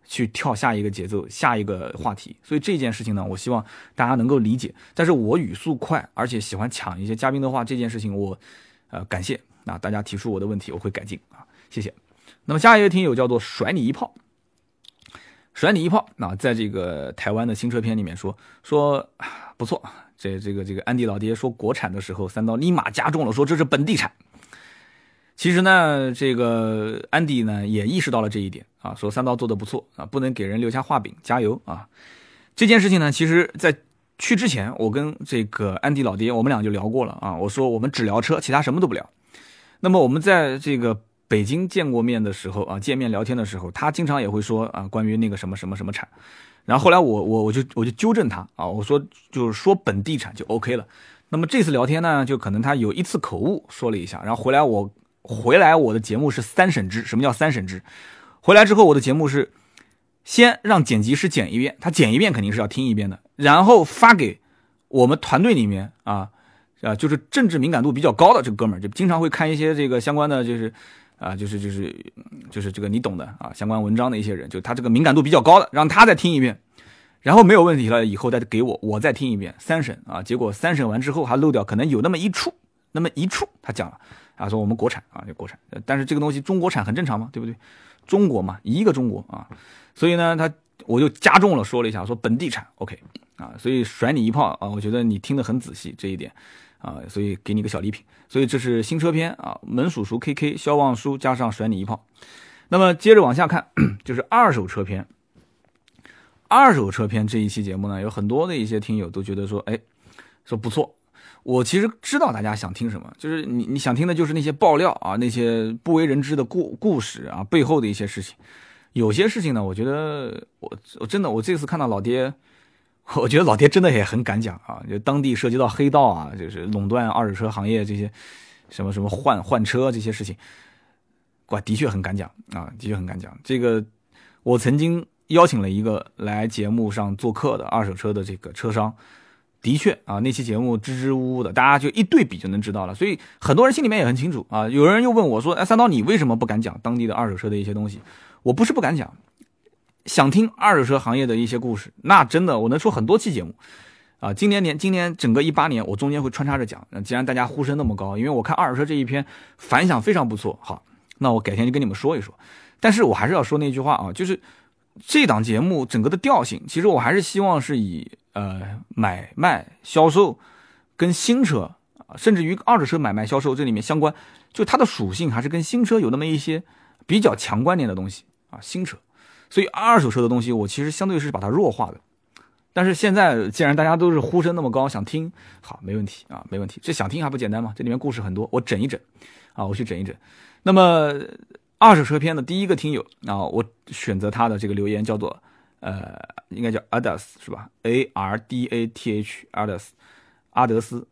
去跳下一个节奏，下一个话题。所以这件事情呢，我希望大家能够理解。但是我语速快，而且喜欢抢一些嘉宾的话，这件事情我呃感谢啊，大家提出我的问题，我会改进啊，谢谢。那么下一个听友叫做甩你一炮，甩你一炮，那在这个台湾的新车篇里面说说不错，这这个这个安迪老爹说国产的时候，三刀立马加重了，说这是本地产。其实呢，这个安迪呢也意识到了这一点啊，说三刀做的不错啊，不能给人留下画饼，加油啊！这件事情呢，其实在去之前，我跟这个安迪老爹我们俩就聊过了啊，我说我们只聊车，其他什么都不聊。那么我们在这个北京见过面的时候啊，见面聊天的时候，他经常也会说啊，关于那个什么什么什么产。然后后来我我我就我就纠正他啊，我说就是说本地产就 OK 了。那么这次聊天呢，就可能他有一次口误说了一下，然后回来我。回来我的节目是三审制。什么叫三审制？回来之后我的节目是先让剪辑师剪一遍，他剪一遍肯定是要听一遍的，然后发给我们团队里面啊啊，就是政治敏感度比较高的这个哥们儿，就经常会看一些这个相关的就是啊就是就是就是这个你懂的啊相关文章的一些人，就他这个敏感度比较高的，让他再听一遍，然后没有问题了以后再给我我再听一遍，三审啊，结果三审完之后还漏掉可能有那么一处那么一处他讲了啊，说我们国产啊，就国产，但是这个东西中国产很正常嘛，对不对？中国嘛，一个中国啊，所以呢，他我就加重了说了一下，说本地产 OK 啊，所以甩你一炮啊，我觉得你听得很仔细这一点啊，所以给你个小礼品。所以这是新车篇啊，门叔叔 K K 肖望书加上甩你一炮。那么接着往下看，就是二手车篇。二手车篇这一期节目呢，有很多的一些听友都觉得说，哎，说不错。我其实知道大家想听什么，就是你你想听的就是那些爆料啊，那些不为人知的故故事啊，背后的一些事情。有些事情呢，我觉得我我真的我这次看到老爹，我觉得老爹真的也很敢讲啊，就当地涉及到黑道啊，就是垄断二手车行业这些什么什么换换车这些事情，哇，的确很敢讲啊，的确很敢讲。这个我曾经邀请了一个来节目上做客的二手车的这个车商。的确啊，那期节目支支吾吾的，大家就一对比就能知道了。所以很多人心里面也很清楚啊。有人又问我说：“哎，三刀，你为什么不敢讲当地的二手车的一些东西？”我不是不敢讲，想听二手车行业的一些故事，那真的我能说很多期节目啊。今年年今年整个一八年，我中间会穿插着讲。既然大家呼声那么高，因为我看二手车这一篇反响非常不错，好，那我改天就跟你们说一说。但是我还是要说那句话啊，就是这档节目整个的调性，其实我还是希望是以。呃，买卖销售跟新车，甚至于二手车买卖销售这里面相关，就它的属性还是跟新车有那么一些比较强关联的东西啊，新车。所以二手车的东西，我其实相对是把它弱化的。但是现在既然大家都是呼声那么高，想听，好，没问题啊，没问题。这想听还不简单吗？这里面故事很多，我整一整啊，我去整一整。那么二手车篇的第一个听友啊，我选择他的这个留言叫做。呃，应该叫 Adas 是吧 ？A R D A T H Adas 阿德斯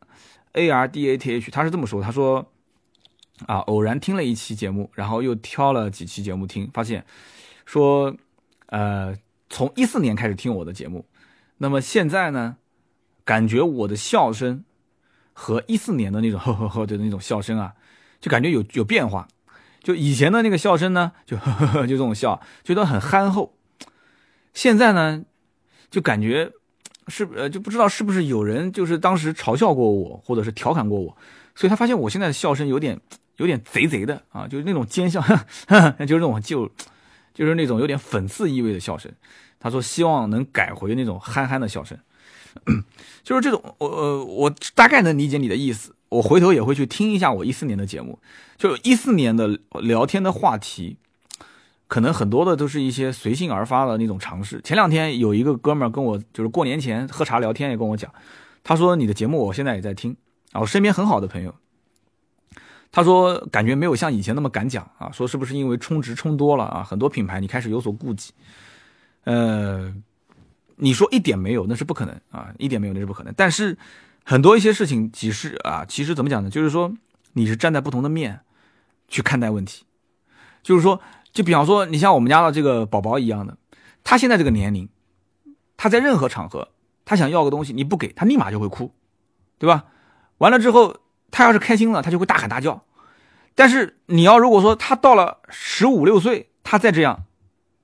A R D A T H， 他是这么说，他说啊，偶然听了一期节目，然后又挑了几期节目听，发现说，呃，从一四年开始听我的节目，那么现在呢，感觉我的笑声和一四年的那种呵呵呵的那种笑声啊，就感觉有有变化。就以前的那个笑声呢，就呵呵呵就这种笑，觉得很憨厚。现在呢，就感觉是呃，就不知道是不是有人就是当时嘲笑过我，或者是调侃过我，所以他发现我现在的笑声有点有点贼贼的啊，就是那种奸笑，呵呵就是那种就就是那种有点讽刺意味的笑声。他说希望能改回那种憨憨的笑声，就是这种我呃我大概能理解你的意思。我回头也会去听一下我一四年的节目，就一四年的聊天的话题。可能很多的都是一些随性而发的那种尝试。前两天有一个哥们儿跟我，就是过年前喝茶聊天也跟我讲，他说你的节目我现在也在听啊，我身边很好的朋友，他说感觉没有像以前那么敢讲啊，说是不是因为充值充多了啊，很多品牌你开始有所顾忌。呃，你说一点没有那是不可能啊，一点没有那是不可能。但是很多一些事情其实啊，其实怎么讲呢？就是说你是站在不同的面去看待问题，就是说。就比方说你像我们家的这个宝宝一样的，他现在这个年龄，他在任何场合他想要个东西你不给他立马就会哭，对吧？完了之后他要是开心了他就会大喊大叫。但是你要如果说他到了十五六岁他再这样，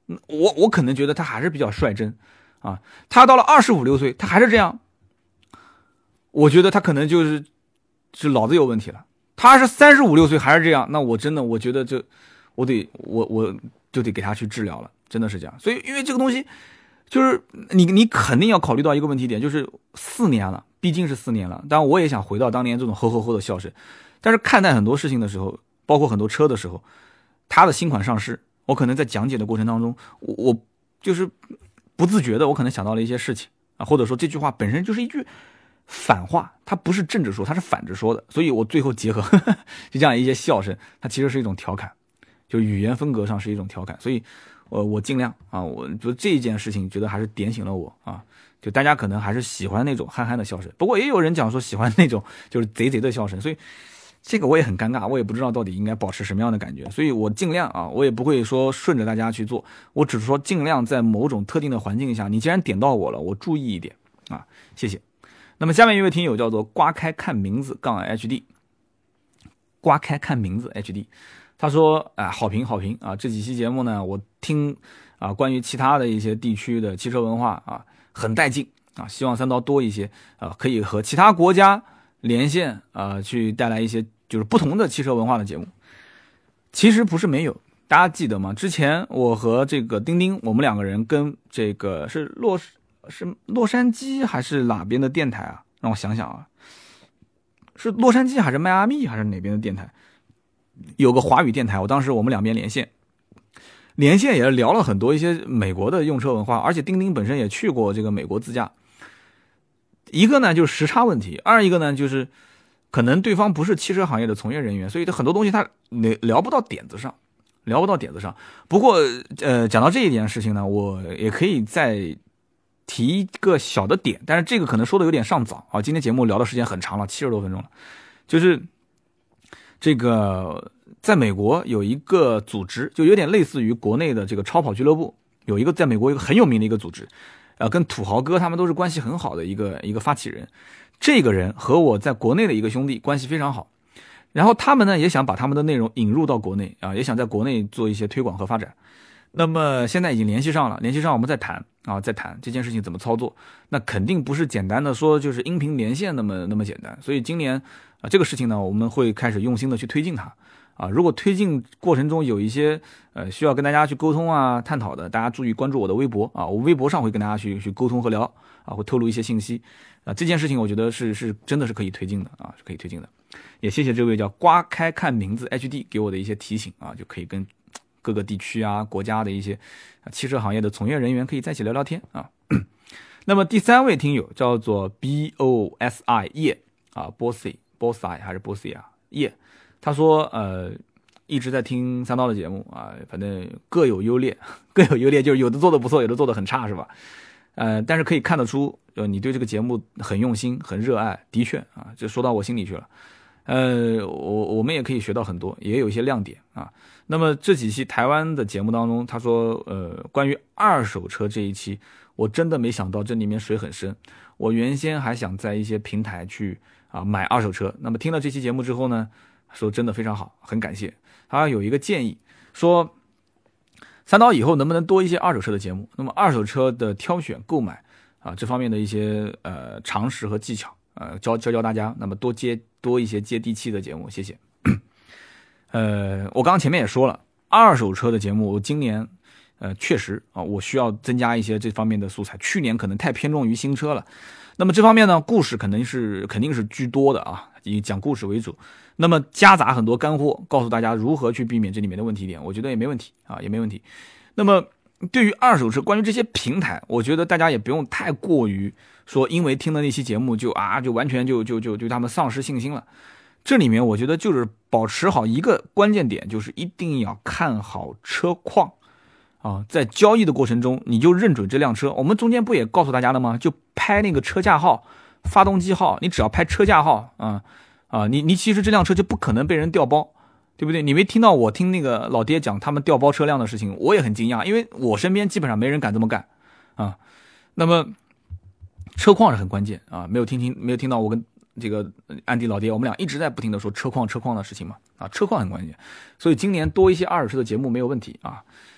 我我可能觉得他还是比较率真啊。他到了二十五六岁，他还是这样，我觉得他可能就是是脑子有问题了。他是三十五六岁还是这样，那我真的我觉得这我得我我就得给他去治疗了，真的是这样。所以因为这个东西就是你你肯定要考虑到一个问题点，就是四年了，毕竟是四年了。当然我也想回到当年这种吼吼吼的笑声，但是看待很多事情的时候，包括很多车的时候，他的新款上市，我可能在讲解的过程当中，我我就是不自觉的，我可能想到了一些事情啊，或者说这句话本身就是一句反话，它不是正着说，它是反着说的，所以我最后结合呵呵就这样一些笑声，它其实是一种调侃，就语言风格上是一种调侃，所以我我尽量啊，我觉得这一件事情觉得还是点醒了我啊，就大家可能还是喜欢那种憨憨的笑声，不过也有人讲说喜欢那种就是贼贼的笑声，所以这个我也很尴尬，我也不知道到底应该保持什么样的感觉，所以我尽量啊，我也不会说顺着大家去做，我只是说尽量在某种特定的环境下，你既然点到我了，我注意一点啊，谢谢。那么下面一位听友叫做刮开看名字杠 H D， 刮开看名字 H D， 他说啊，好评好评啊，这几期节目呢，我听啊关于其他的一些地区的汽车文化啊，很带劲啊，希望三刀多一些啊，可以和其他国家连线啊，去带来一些就是不同的汽车文化的节目。其实不是没有，大家记得吗？之前我和这个丁丁，我们两个人跟这个是洛是洛杉矶还是哪边的电台啊？让我想想啊，是洛杉矶还是迈阿密还是哪边的电台？有个华语电台，我当时我们两边连线，连线也聊了很多一些美国的用车文化，而且丁丁本身也去过这个美国自驾。一个呢就是时差问题，二一个呢就是可能对方不是汽车行业的从业人员，所以很多东西他聊不到点子上，聊不到点子上。不过呃，讲到这一件事情呢，我也可以再提一个小的点，但是这个可能说的有点上早啊。今天节目聊的时间很长了，七十多分钟了。就是这个在美国有一个组织，就有点类似于国内的这个超跑俱乐部，有一个在美国一个很有名的一个组织，呃，跟土豪哥他们都是关系很好的一个一个发起人。这个人和我在国内的一个兄弟关系非常好，然后他们呢也想把他们的内容引入到国内啊，也想在国内做一些推广和发展。那么现在已经联系上了，联系上我们在谈啊，在谈这件事情怎么操作。那肯定不是简单的说就是音频连线那么那么简单。所以今年啊这个事情呢，我们会开始用心的去推进它啊。如果推进过程中有一些呃需要跟大家去沟通啊、探讨的，大家注意关注我的微博啊，我微博上会跟大家去去沟通和聊啊，会透露一些信息啊。这件事情我觉得是是真的是可以推进的啊，是可以推进的。也谢谢这位叫刮开看名字 H D 给我的一些提醒啊，就可以跟各个地区啊、国家的一些汽车行业的从业人员可以在一起聊聊天啊。那么第三位听友叫做 B O S I 叶啊 ，Bossy Bossy 还是 Bossy 啊叶，他说呃一直在听三刀的节目啊，反正各有优劣，各有优劣就是有的做的不错，有的做的很差是吧？呃，但是可以看得出，呃，你对这个节目很用心、很热爱，的确啊，这说到我心里去了。呃，我我们也可以学到很多，也有一些亮点啊。那么这几期台湾的节目当中，他说，呃，关于二手车这一期，我真的没想到这里面水很深。我原先还想在一些平台去啊买二手车，那么听了这期节目之后呢，说真的非常好，很感谢。他有一个建议，说三刀以后能不能多一些二手车的节目？那么二手车的挑选、购买啊这方面的一些呃常识和技巧。呃，教教教大家，那么多接多一些接地气的节目，谢谢。呃，我刚刚前面也说了，二手车的节目，我今年呃确实啊，我需要增加一些这方面的素材。去年可能太偏重于新车了，那么这方面呢，故事肯定是肯定是居多的啊，以讲故事为主。那么夹杂很多干货，告诉大家如何去避免这里面的问题点，我觉得也没问题啊，也没问题。那么对于二手车，关于这些平台，我觉得大家也不用太过于说，因为听了那期节目就啊，就完全就就就对他们丧失信心了。这里面我觉得就是保持好一个关键点，就是一定要看好车况啊，在交易的过程中，你就认准这辆车。我们中间不也告诉大家了吗？就拍那个车架号、发动机号，你只要拍车架号啊啊，你你其实这辆车就不可能被人调包。对不对？你没听到我听那个老爹讲他们调包车辆的事情，我也很惊讶，因为我身边基本上没人敢这么干啊。那么车况是很关键啊，没有听听没有听到我跟这个安迪老爹我们俩一直在不停的说车况车况的事情嘛啊，车况很关键，所以今年多一些二手车的节目没有问题啊。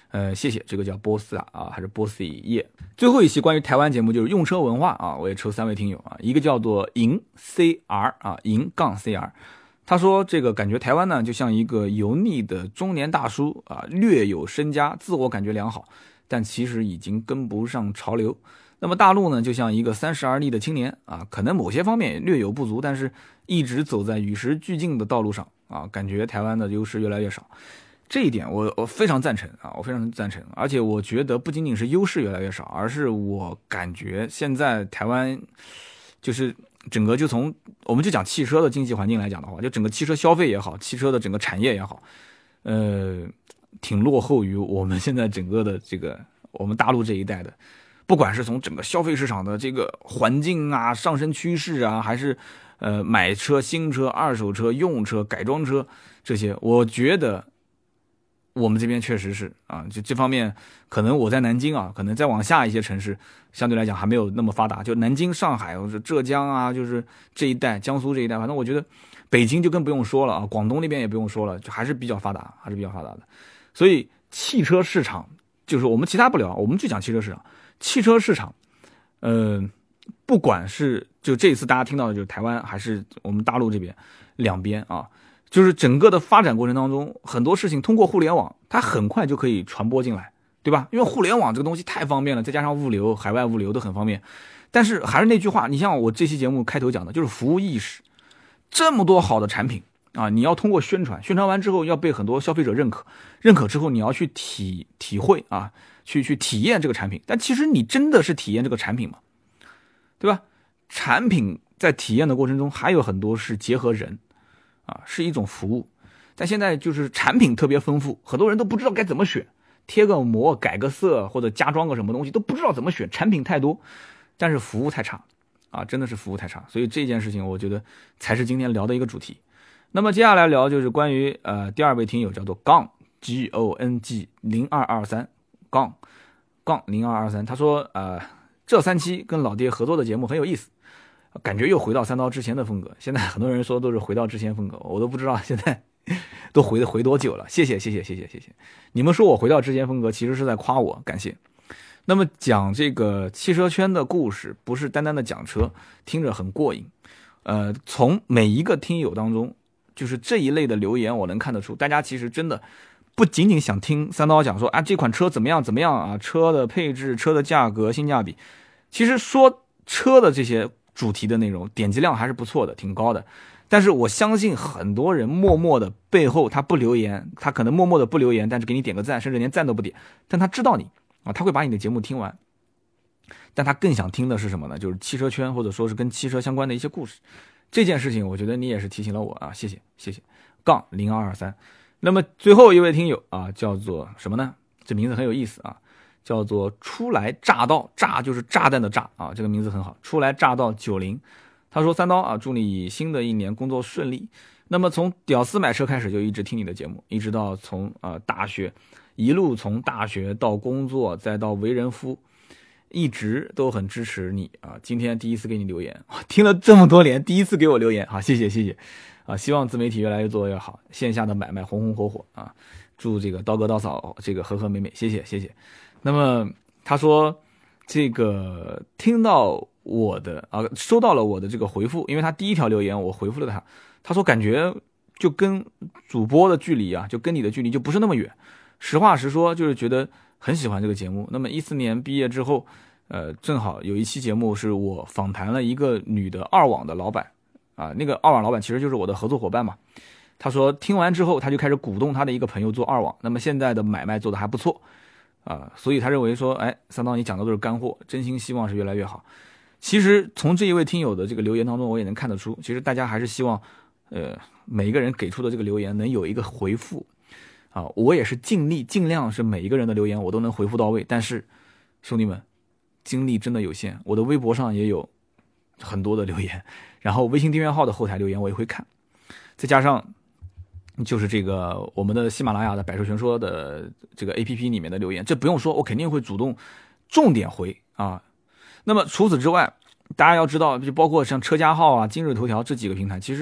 呃，谢谢，这个叫波斯啊啊，还是波斯耶。最后一期关于台湾节目就是用车文化啊，我也抽三位听友啊，一个叫做银 C R 啊，银杠 C R， 他说这个感觉台湾呢就像一个油腻的中年大叔啊，略有身家，自我感觉良好，但其实已经跟不上潮流。那么大陆呢，就像一个三十而立的青年啊，可能某些方面略有不足，但是一直走在与时俱进的道路上啊，感觉台湾的优势越来越少。这一点我我非常赞成啊，我非常赞成，而且我觉得不仅仅是优势越来越少，而是我感觉现在台湾就是整个就从我们就讲汽车的经济环境来讲的话，就整个汽车消费也好，汽车的整个产业也好，呃，挺落后于我们现在整个的这个我们大陆这一代的。不管是从整个消费市场的这个环境啊、上升趋势啊，还是呃买车、新车、二手车、用车、改装车这些，我觉得我们这边确实是啊，就这方面可能我在南京啊，可能再往下一些城市相对来讲还没有那么发达，就南京、上海或者浙江啊，就是这一带、江苏这一带，反正我觉得北京就更不用说了啊，广东那边也不用说了，就还是比较发达，还是比较发达的。所以汽车市场就是我们其他不聊，我们就讲汽车市场。汽车市场，呃，不管是就这一次大家听到的就是台湾还是我们大陆这边两边啊，就是整个的发展过程当中，很多事情通过互联网，它很快就可以传播进来，对吧？因为互联网这个东西太方便了，再加上物流、海外物流都很方便。但是还是那句话，你像我这期节目开头讲的，就是服务意识，这么多好的产品啊，你要通过宣传，宣传完之后要被很多消费者认可，认可之后你要去体体会啊。去去体验这个产品，但其实你真的是体验这个产品吗？对吧？产品在体验的过程中还有很多是结合人啊，是一种服务。但现在就是产品特别丰富，很多人都不知道该怎么选，贴个膜、改个色或者加装个什么东西都不知道怎么选，产品太多，但是服务太差啊，真的是服务太差。所以这件事情我觉得才是今天聊的一个主题。那么接下来聊就是关于呃第二位听友叫做杠 G O N G 零二二三。杠杠零二二三，他说呃，这三期跟老爹合作的节目很有意思，感觉又回到三刀之前的风格。现在很多人说都是回到之前风格，我都不知道现在都回回多久了。谢谢谢谢谢谢谢谢，你们说我回到之前风格，其实是在夸我，感谢。那么讲这个汽车圈的故事，不是单单的讲车，听着很过瘾。呃，从每一个听友当中，就是这一类的留言，我能看得出，大家其实真的。不仅仅想听三刀讲说啊这款车怎么样怎么样啊，车的配置、车的价格、性价比，其实说车的这些主题的内容点击量还是不错的，挺高的。但是我相信很多人默默的背后他不留言，他可能默默的不留言，但是给你点个赞，甚至连赞都不点，但他知道你啊，他会把你的节目听完。但他更想听的是什么呢？就是汽车圈或者说是跟汽车相关的一些故事。这件事情我觉得你也是提醒了我啊，谢谢谢谢。杠零二二三。那么最后一位听友啊，叫做什么呢？这名字很有意思啊，叫做初来乍到，炸就是炸弹的炸啊，这个名字很好。初来乍到九零，他说三刀啊，祝你新的一年工作顺利。那么从屌丝买车开始就一直听你的节目，一直到从呃大学，一路从大学到工作再到为人夫，一直都很支持你啊。今天第一次给你留言，听了这么多年，第一次给我留言，好，谢谢谢谢。啊，希望自媒体越来越做越好，线下的买卖红红火火啊！祝这个刀哥刀嫂这个和和美美，谢谢谢谢。那么他说这个听到我的啊，收到了我的这个回复，因为他第一条留言我回复了他，他说感觉就跟主播的距离啊，就跟你的距离就不是那么远。实话实说，就是觉得很喜欢这个节目。那么一四年毕业之后，呃，正好有一期节目是我访谈了一个女的二网的老板。啊，那个二网老板其实就是我的合作伙伴嘛。他说听完之后，他就开始鼓动他的一个朋友做二网，那么现在的买卖做得还不错啊，所以他认为说，哎，三刀你讲的都是干货，真心希望是越来越好。其实从这一位听友的这个留言当中，我也能看得出，其实大家还是希望，呃，每一个人给出的这个留言能有一个回复啊。我也是尽力尽量是每一个人的留言我都能回复到位，但是兄弟们，精力真的有限，我的微博上也有很多的留言。然后微信订阅号的后台留言我也会看，再加上就是这个我们的喜马拉雅的百车全说的这个 A P P 里面的留言，这不用说，我肯定会主动重点回啊。那么除此之外，大家要知道，就包括像车家号啊、今日头条这几个平台，其实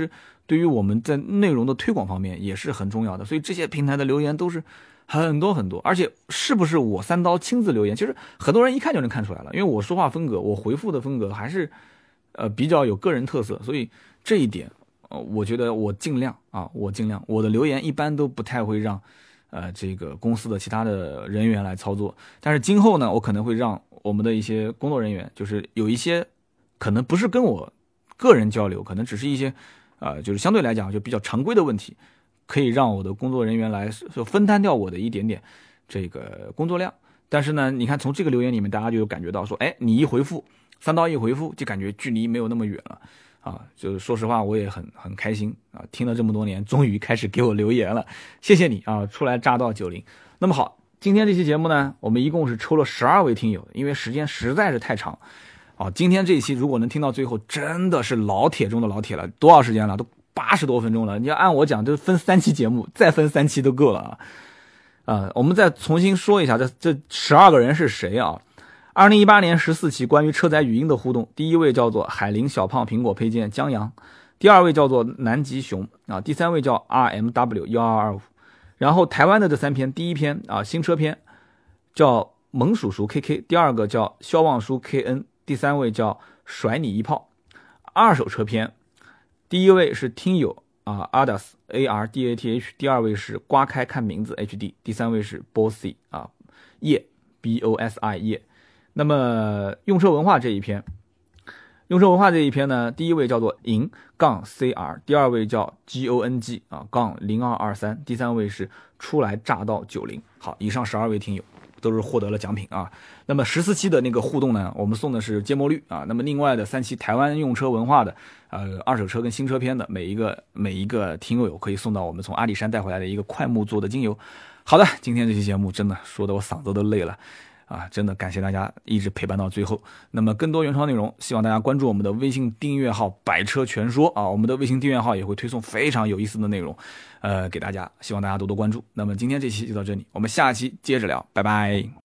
对于我们在内容的推广方面也是很重要的。所以这些平台的留言都是很多很多，而且是不是我三刀亲自留言，其实很多人一看就能看出来了，因为我说话风格，我回复的风格还是呃比较有个人特色，所以这一点呃我觉得我尽量啊，我尽量我的留言一般都不太会让呃这个公司的其他的人员来操作，但是今后呢，我可能会让我们的一些工作人员，就是有一些可能不是跟我个人交流，可能只是一些呃就是相对来讲就比较常规的问题，可以让我的工作人员来分担掉我的一点点这个工作量。但是呢，你看从这个留言里面，大家就有感觉到说，哎，你一回复，三刀一回复，就感觉距离没有那么远了啊。就是说实话，我也很很开心啊，听了这么多年，终于开始给我留言了，谢谢你啊，初来乍到九零。那么好，今天这期节目呢，我们一共是抽了十二位听友，因为时间实在是太长啊。今天这一期如果能听到最后，真的是老铁中的老铁了，多少时间了？都八十多分钟了，你要按我讲，就分三期节目，再分三期都够了啊！啊，我们再重新说一下，这这十二个人是谁啊？二零一八年十四期关于车载语音的互动，第一位叫做海林小胖苹果配件江阳，第二位叫做南极熊啊，第三位叫 R M W 一二二五，然后台湾的这三篇，第一篇啊新车篇叫萌叔叔 K K， 第二个叫肖望叔 K N， 第三位叫甩你一炮。二手车篇，第一位是听友啊 Ardas A R D A T H， 第二位是刮开看名字 H D， 第三位是 Bossy 啊叶 B O S I 叶。那么用车文化这一篇，用车文化这一篇呢，第一位叫做银杠 C R， 第二位叫 G O N G 啊杠零二二三，第三位是初来乍到九零。好，以上十二位听友都是获得了奖品啊。那么十四期的那个互动呢，我们送的是芥末绿啊。那么另外的三期台湾用车文化的呃二手车跟新车篇的每一个每一个听友可以送到我们从阿里山带回来的一个快木做的精油。好的，今天这期节目真的说的我嗓子都累了啊，真的感谢大家一直陪伴到最后。那么更多原创内容，希望大家关注我们的微信订阅号百车全说啊，我们的微信订阅号也会推送非常有意思的内容呃给大家，希望大家多多关注。那么今天这期就到这里，我们下期接着聊，拜拜。